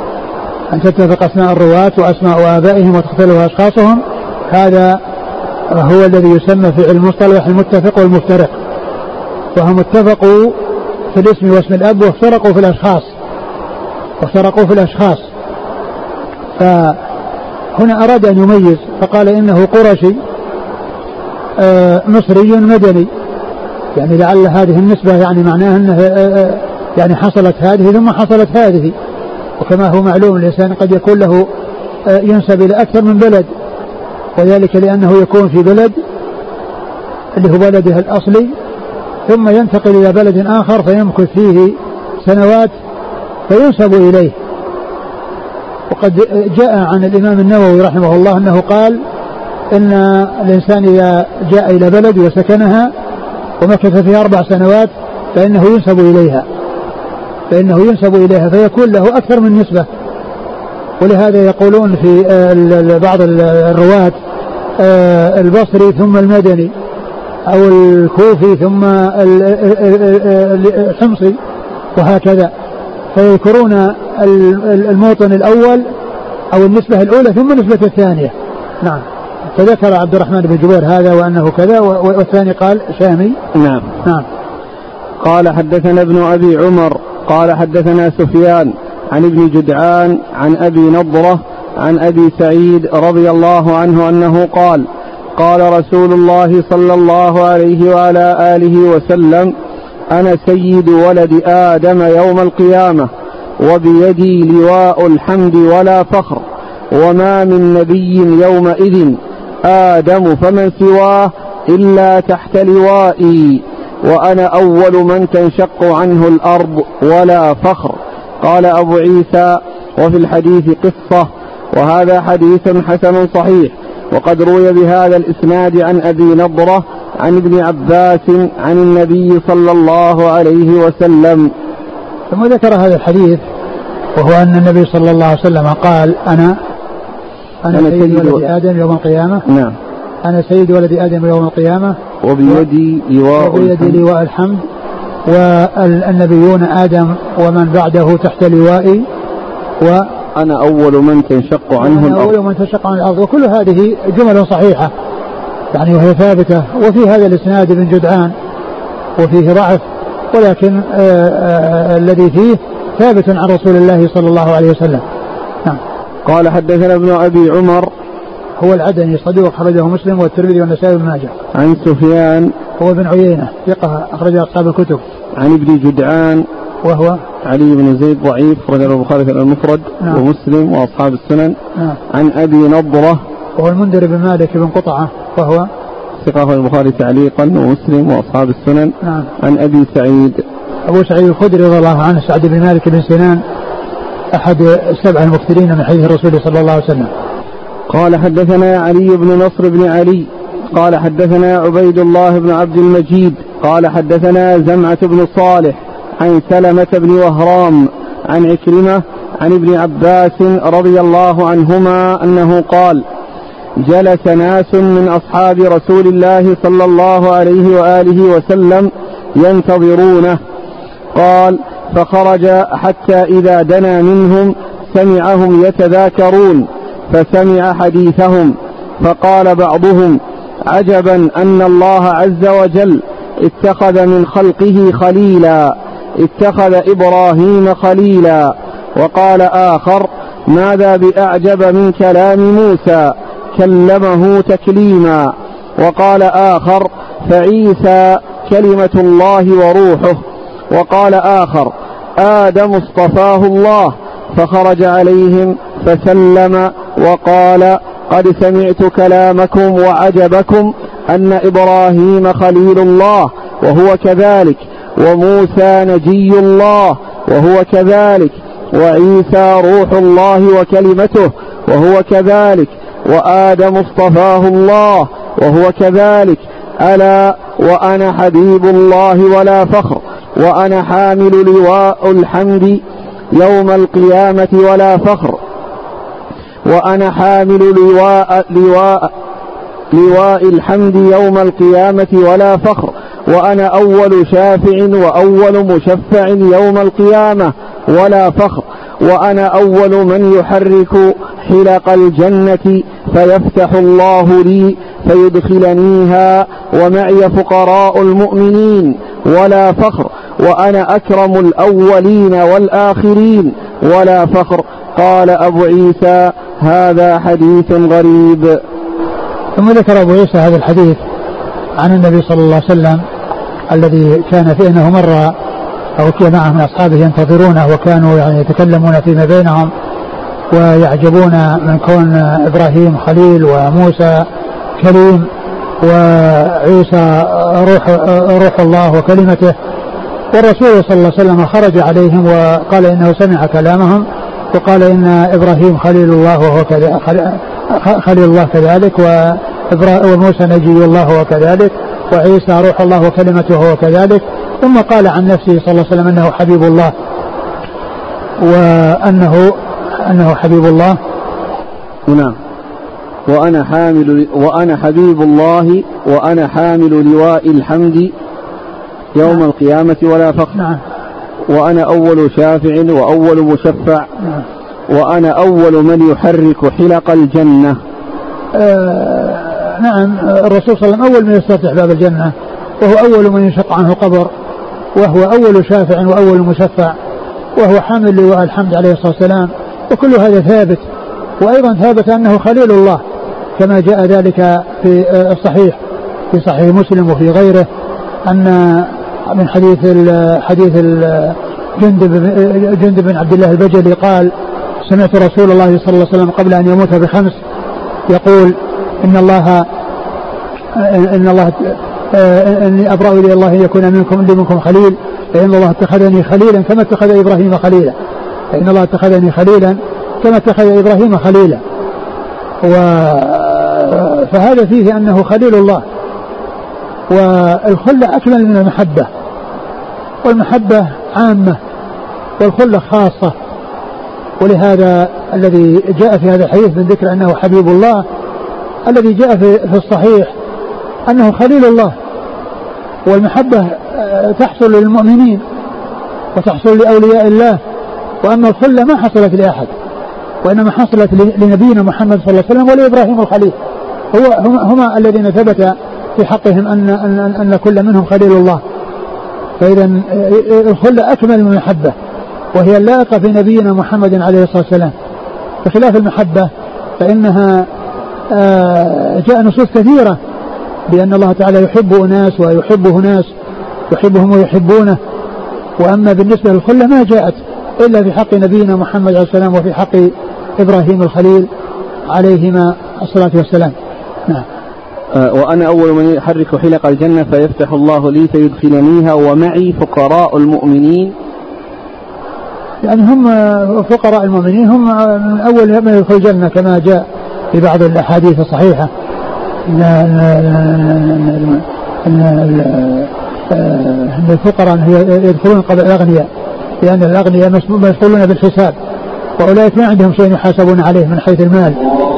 هذا هو الذي يسمى في علم المصطلح المتفق والمفترق وهم اتفقوا في الاسم واسم الأب وافترقوا في الأشخاص فهنا أراد أن يميز فقال إنه قرشي مصري مدني يعني لعل هذه النسبة يعني معناها أنه يعني حصلت هذه ثم حصلت هذه وكما هو معلوم الإنسان قد يكون له ينسب إلى أكثر من بلد وذلك لأنه يكون في بلد اللي هو بلده الأصلي ثم ينتقل إلى بلد آخر فيمكث فيه سنوات فينسب إليه. وقد جاء عن الإمام النووي رحمه الله أنه قال إن الإنسان إذا جاء إلى بلد وسكنها ومكث فيها 4 سنوات فإنه ينسب إليها فيكون له أكثر من نسبة. ولهذا يقولون في بعض الرواة البصري ثم المدني أو الكوفي ثم الحمصي وهكذا فيذكرون الموطن الأول أو النسبة الأولى ثم النسبة الثانية. نعم. فذكر عبد الرحمن بن جبير هذا وأنه كذا والثاني قال شامي. نعم. قال حدثنا ابن أبي عمر قال حدثنا سفيان عن ابن جدعان عن أبي نضرة عن أبي سعيد رضي الله عنه أنه قال قال رسول الله صلى الله عليه وعلى آله وسلم أنا سيد ولد آدم يوم القيامة وبيدي لواء الحمد ولا فخر وما من نبي يومئذ آدم فمن سواه إلا تحت لوائي وأنا أول من تنشق عنه الأرض ولا فخر. قال أبو عيسى وفي الحديث قصة وهذا حديث حسن صحيح وقد روي بهذا الإسناد عن أبي نضرة عن ابن عباس عن النبي صلى الله عليه وسلم. ثم ذكر هذا الحديث وهو أن النبي صلى الله عليه وسلم قال أنا سيد ولد آدم يوم القيامة. نعم. أنا سيد ولد آدم يوم القيامة وبيدي لواء الحمد والنبيون آدم ومن بعده تحت لوائي وأنا أول من تنشق عنه الأرض. وكل هذه جمل صحيحة يعني وهي ثابتة. وفي هذا الإسناد ابن جدعان وفيه ضعف ولكن الذي فيه ثابت عن رسول الله صلى الله عليه وسلم. نعم. قال حدثنا ابن أبي عمر هو العدني صدوق أخرجه مسلم والترمذي والنسائي وابن ماجه. عن سفيان هو بن عيينة ثقة أخرجه أصحاب الكتب. عن ابن جدعان وهو علي بن زيد ضعيف أخرجه البخاري في المفرد. نعم. ومسلم وأصحاب السنن. نعم. عن أبي نضرة وهو المنذر بن مالك بن قطعة وهو ثقة أخرجه البخاري تعليقا ومسلم وأصحاب السنن. نعم. عن أبي سعيد أبو سعيد الخدري رضي الله عنه سعد بن مالك بن سنان أحد السبع المكثرين من حديث الرسول صلى الله عليه وسلم. قال حدثنا علي بن نصر بن علي قال حدثنا عبيد الله بن عبد المجيد قال حدثنا زمعة بن صالح عن سلمة بن وهرام عن عكرمة عن ابن عباس رضي الله عنهما أنه قال جلس ناس من أصحاب رسول الله صلى الله عليه وآله وسلم ينتظرونه. قال فخرج حتى إذا دنا منهم سمعهم يتذاكرون فسمع حديثهم فقال بعضهم عجبا أن الله عز وجل اتخذ من خلقه خليلا اتخذ إبراهيم خليلا. وقال آخر ماذا بأعجب من كلام موسى كلمه تكليما. وقال آخر فعيسى كلمة الله وروحه. وقال آخر آدم اصطفاه الله فخرج عليهم فسلم وقال قد سمعت كلامكم وعجبكم أن إبراهيم خليل الله وهو كذلك وموسى نجي الله وهو كذلك وعيسى روح الله وكلمته وهو كذلك وآدم اصطفاه الله وهو كذلك ألا وأنا حبيب الله ولا فخر وأنا حامل لواء الحمد يوم القيامة ولا فخر وأنا حامل لواء الحمد يوم القيامة ولا فخر وأنا أول شافع وأول مشفع يوم القيامة ولا فخر وأنا أول من يحرك حلق الجنة فيفتح الله لي فيدخلنيها ومعي فقراء المؤمنين ولا فخر وأنا أكرم الأولين والآخرين ولا فخر. قال أبو عيسى هذا حديث غريب. ثم ذكر أبو عيسى هذا الحديث عن النبي صلى الله عليه وسلم الذي كان فيه أنه مر أو جماعة من أصحابه ينتظرونه وكانوا يعني يتكلمون فيما بينهم ويعجبون من كون إبراهيم خليل وموسى كليم وعيسى روح الله وكلمته. والرسول صلى الله عليه وسلم خرج عليهم وقال إنه سمع كلامهم وقال إن إبراهيم خليل الله وهو خليل الله كذلك وموسى نجي الله وهو كذلك وعيسى روح الله وكلمته وهو كذلك. ثم قال عن نفسه صلى الله عليه وسلم أنه حبيب الله وأنه حبيب الله. نعم. وأنا حبيب الله وأنا حامل لواء الحمد يوم القيامة ولا فخر. نعم. وأنا أول شافع وأول مشفع. نعم. وأنا أول من يحرك حلق الجنة. نعم. الرسول صلى الله عليه وسلم أول من يستفتح باب الجنة وهو أول من ينشق عنه قبر وهو أول شافع وأول مشفع وهو حامل لواء الحمد عليه الصلاة والسلام. وكل هذا ثابت. وأيضا ثابت أنه خليل الله كما جاء ذلك في الصحيح في صحيح مسلم وفي غيره أن من حديث جندب بن عبد الله البجلي قال سمعت رسول الله صلى الله عليه وسلم قبل أن يموت ب5 يقول إني أبرأ إلى الله أن يكون منكم خليل فإن الله اتخذني خليلا كما اتخذ إبراهيم خليلا فإن الله اتخذني خليلا كما اتخذ إبراهيم خليلا. فهذا فيه أنه خليل الله. والخلة أكمل من المحبة والمحبة عامة والخلة خاصة. ولهذا الذي جاء في هذا الحديث من ذكر أنه حبيب الله الذي جاء في الصحيح أنه خليل الله. والمحبة تحصل للمؤمنين وتحصل لأولياء الله. وأما الخلة ما حصلت لأحد وإنما حصلت لنبينا محمد صلى الله عليه وسلم ولإبراهيم الخليل هما الذين ثبت في حقهم أن كل منهم خليل الله. فإذا الخلة أكمل من المحبة وهي اللائقة في نبينا محمد عليه الصلاة والسلام. بخلاف المحبة فإنها جاء نصوص كثيرة بأن الله تعالى يحب أناس ويحبه ناس يحبهم ويحبونه. وأما بالنسبة للخلة ما جاءت إلا في حق نبينا محمد عليه السلام وفي حق إبراهيم الخليل عليهما الصلاة والسلام. نعم. وأنا أول من يحرك حلق الجنة فيفتح الله لي فيدخلنيها ومعي فقراء المؤمنين. يعني هم فقراء المؤمنين هم من أول من يدخل الجنة كما جاء في بعض الأحاديث الصحيحة الفقراء يدخلون قبل الأغنياء، لأن الأغنياء مشغولون بالحساب، وأولئك ما عندهم شيء يحاسبون عليه من حيث المال.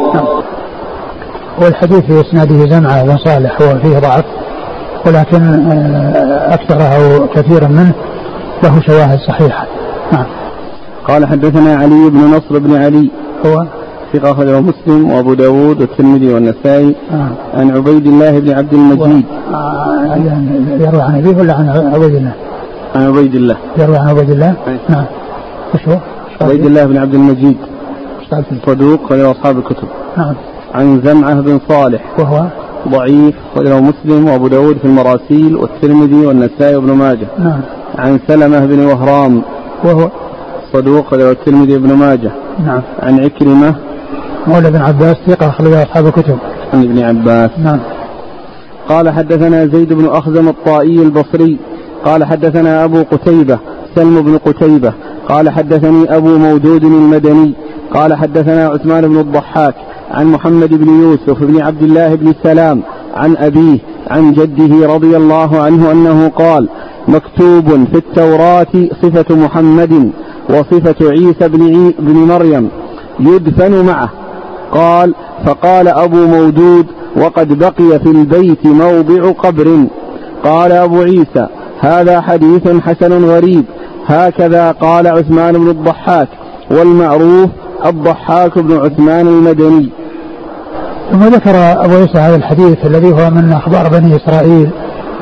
والحديث في إسناده زمعة بن صالح هو فيه ضعف، ولكن أكثره أو كثيرا منه له شواهد صحيحة. نعم. قال حدثنا علي بن نصر بن علي هو ثقة أخرجه مسلم وأبو داود والترمذي والنسائي عن عبيد الله بن عبد المجيد. يروي عن أبيه ولا عن عبيد الله؟ عن عبيد الله. يروي عن عبيد الله. نعم. وش هو؟ عبيد الله بن عبد المجيد صدوق أخرجه أصحاب الكتب. نعم. عن زمعة بن صالح وهو ضعيف أخرجه مسلم وأبو داود في المراسيل والترمذي والنسائي وابن ماجه. نعم. عن سلمة بن وهرام وهو صدوق أخرجه الترمذي وابن ماجه. نعم. عن عكرمة مولى بن عباس ثقة أخرجه أصحاب الكتب. عن ابن عباس. نعم. قال حدثنا زيد بن أخزم الطائي البصري قال حدثنا أبو قتيبة سلم بن قتيبة قال حدثني أبو مودود المدني قال حدثنا عثمان بن الضحاك عن محمد بن يوسف بن عبد الله بن سلام عن أبيه عن جده رضي الله عنه أنه قال: مكتوب في التوراة صفة محمد وصفة عيسى بن مريم يدفن معه. قال: فقال أبو مودود: وقد بقي في البيت موضع قبر. قال أبو عيسى: هذا حديث حسن غريب. هكذا قال عثمان بن الضحاك، والمعروف الضحاك بن عثمان المدني. ثم ذكر أبو عيسى هذا الحديث الذي هو من أخبار بني إسرائيل،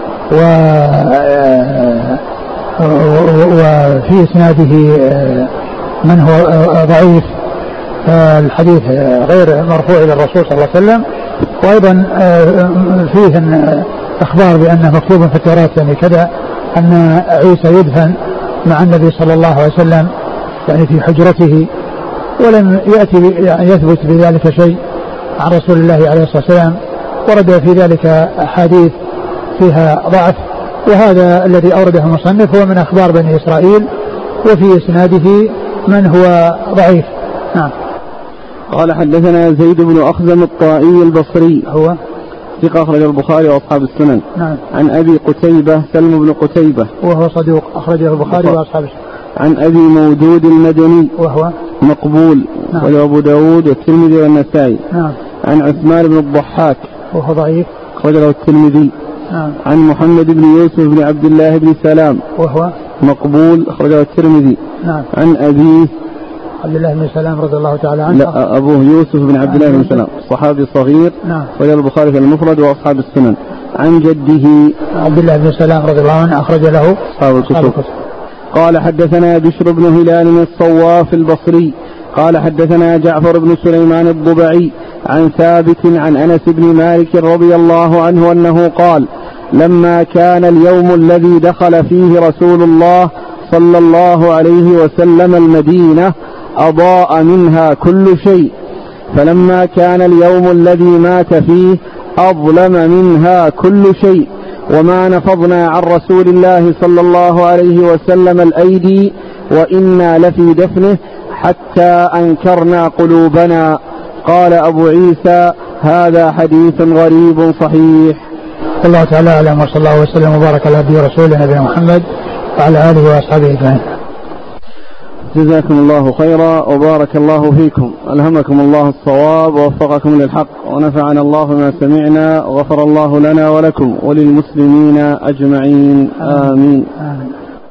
وفي إسناده من هو ضعيف، الحديث غير مرفوع إلى الرسول صلى الله عليه وسلم. وأيضا فيه أخبار بأنه مكتوب في التوراة يعني كذا أن عيسى يدفن مع النبي صلى الله عليه وسلم يعني في حجرته، ولم يأتي يعني يثبت بذلك شيء عن رسول الله عليه الصلاة والسلام. ورد في ذلك أحاديث فيها ضعف، وهذا الذي أورده المصنف هو من أخبار بني إسرائيل، وفي إسناده من هو ضعيف. نعم. قال حدثنا زيد بن أخزم الطائي البصري هو ثقة أخرجه البخاري وأصحاب السنن. نعم. عن أبي قتيبة سلم بن قتيبة وهو صدوق أخرجه البخاري وأصحاب السنن. عن أبي مودود المدني وهو مقبول. نعم. وأبو داود والترمذي والنسائي. نعم. عن عثمان بن الضحاك وهو ضعيف أخرجه الترمذي. نعم. عن محمد بن يوسف بن عبد الله بن سلام وهو مقبول أخرجه الترمذي. نعم. عن أبيه عبد الله بن سلام رضي الله تعالى عنه. لا، أبوه يوسف بن عبد الله بن سلام صحابي صغير. نعم. وجاء البخاري في المفرد وأصحاب السنن. عن جده عبد الله بن سلام رضي الله عنه أخرج له أصحاب الكتب. قال حدثنا بشر بن هلال الصواف البصري قال حدثنا جعفر بن سليمان الضبعي عن ثابت عن أنس بن مالك رضي الله عنه أنه قال: لما كان اليوم الذي دخل فيه رسول الله صلى الله عليه وسلم المدينة أضاء منها كل شيء، فلما كان اليوم الذي مات فيه أظلم منها كل شيء، وما نفضنا عن رسول الله صلى الله عليه وسلم الأيدي وإنا لفي دفنه حتى أنكرنا قلوبنا. قال أبو عيسى: هذا حديث غريب صحيح. الله تعالى أعلم، وصلى الله وسلم وبارك على عبده ورسوله نبينا محمد وعلى آله وأصحابه أجمعين. جزاكم الله خيرا وبارك الله فيكم، ألهمكم الله الصواب ووفقكم للحق، ونفعنا الله ما سمعنا، وغفر الله لنا ولكم وللمسلمين أجمعين، آمين. آمين.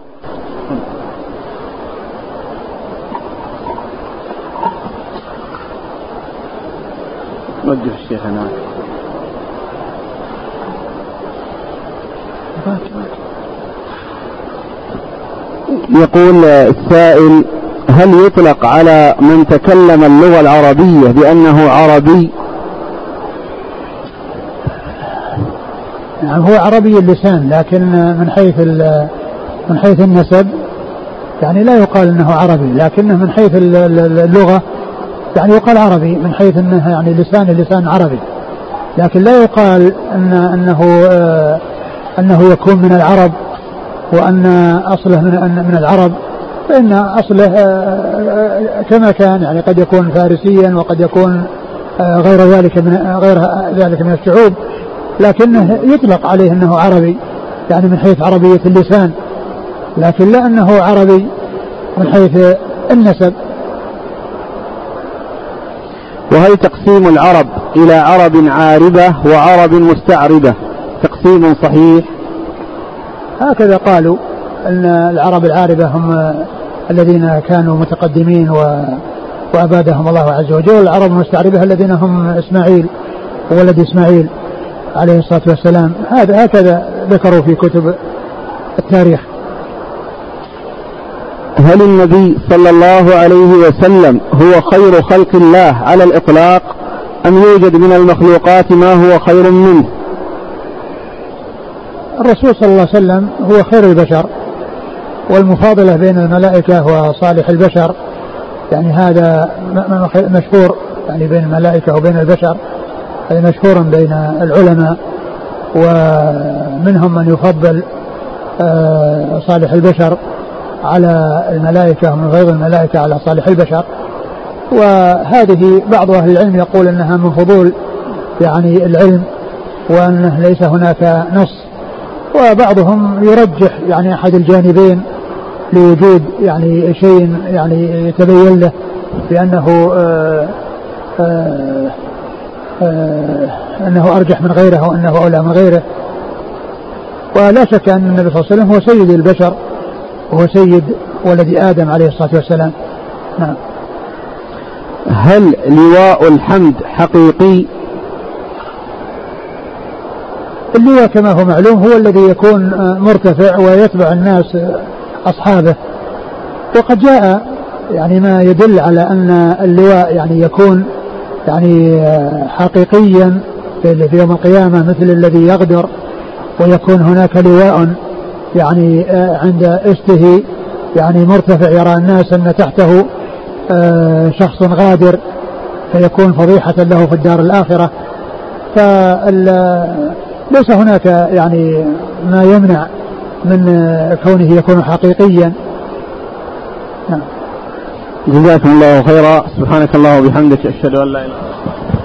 وجه الشيخ هناك. يقول السائل: هل يطلق على من تكلم اللغة العربية بأنه عربي؟ يعني هو عربي اللسان، لكن من حيث النسب يعني لا يقال انه عربي، لكنه من حيث اللغة يعني يقال عربي، من حيث انه يعني لسان عربي، لكن لا يقال انه يكون من العرب، وأن أصله من العرب، فإن أصله كما كان يعني قد يكون فارسيا وقد يكون غير ذلك من الشعوب، لكنه يطلق عليه أنه عربي يعني من حيث عربية اللسان، لكن لا أنه عربي من حيث النسب. وهل تقسيم العرب إلى عرب عاربة وعرب مستعربة تقسيم صحيح؟ هكذا قالوا أن العرب العاربة هم الذين كانوا متقدمين وأبادهم الله عز وجل، والعرب المستعربة الذين هم إسماعيل وولد إسماعيل عليه الصلاة والسلام. هكذا ذكروا في كتب التاريخ. هل النبي صلى الله عليه وسلم هو خير خلق الله على الإطلاق أم يوجد من المخلوقات ما هو خير منه؟ الرسول صلى الله عليه وسلم هو خير البشر، والمفاضلة بين الملائكة وصالح البشر يعني هذا مشهور يعني بين الملائكة وبين البشر، هذا مشهور بين العلماء، ومنهم من يفضل صالح البشر على الملائكة ومن غير الملائكة على صالح البشر. وهذه بعض أهل العلم يقول أنها من فضول يعني العلم وأنه ليس هناك نص، وبعضهم يرجح يعني أحد الجانبين لوجود يعني شيء يعني يتبين له بأنه أنه أرجح من غيره وأنه أولى من غيره. ولا شك أن النبي صلى الله عليه وسلم هو سيد البشر وهو سيد ولد آدم عليه الصلاة والسلام. نعم. هل لواء الحمد حقيقي؟ اللواء كما هو معلوم هو الذي يكون مرتفع ويتبع الناس أصحابه، وقد جاء يعني ما يدل على أن اللواء يعني يكون يعني حقيقيا في يوم القيامة مثل الذي يغدر، ويكون هناك لواء يعني عند استه يعني مرتفع يرى الناس أن تحته شخص غادر فيكون فضيحة له في الدار الآخرة. فليس هناك يعني ما يمنع من كونه يكون حقيقيا. جزاكم الله خيرا. سبحانك الله وبحمدك أشهد أن لا إله إلا أنت.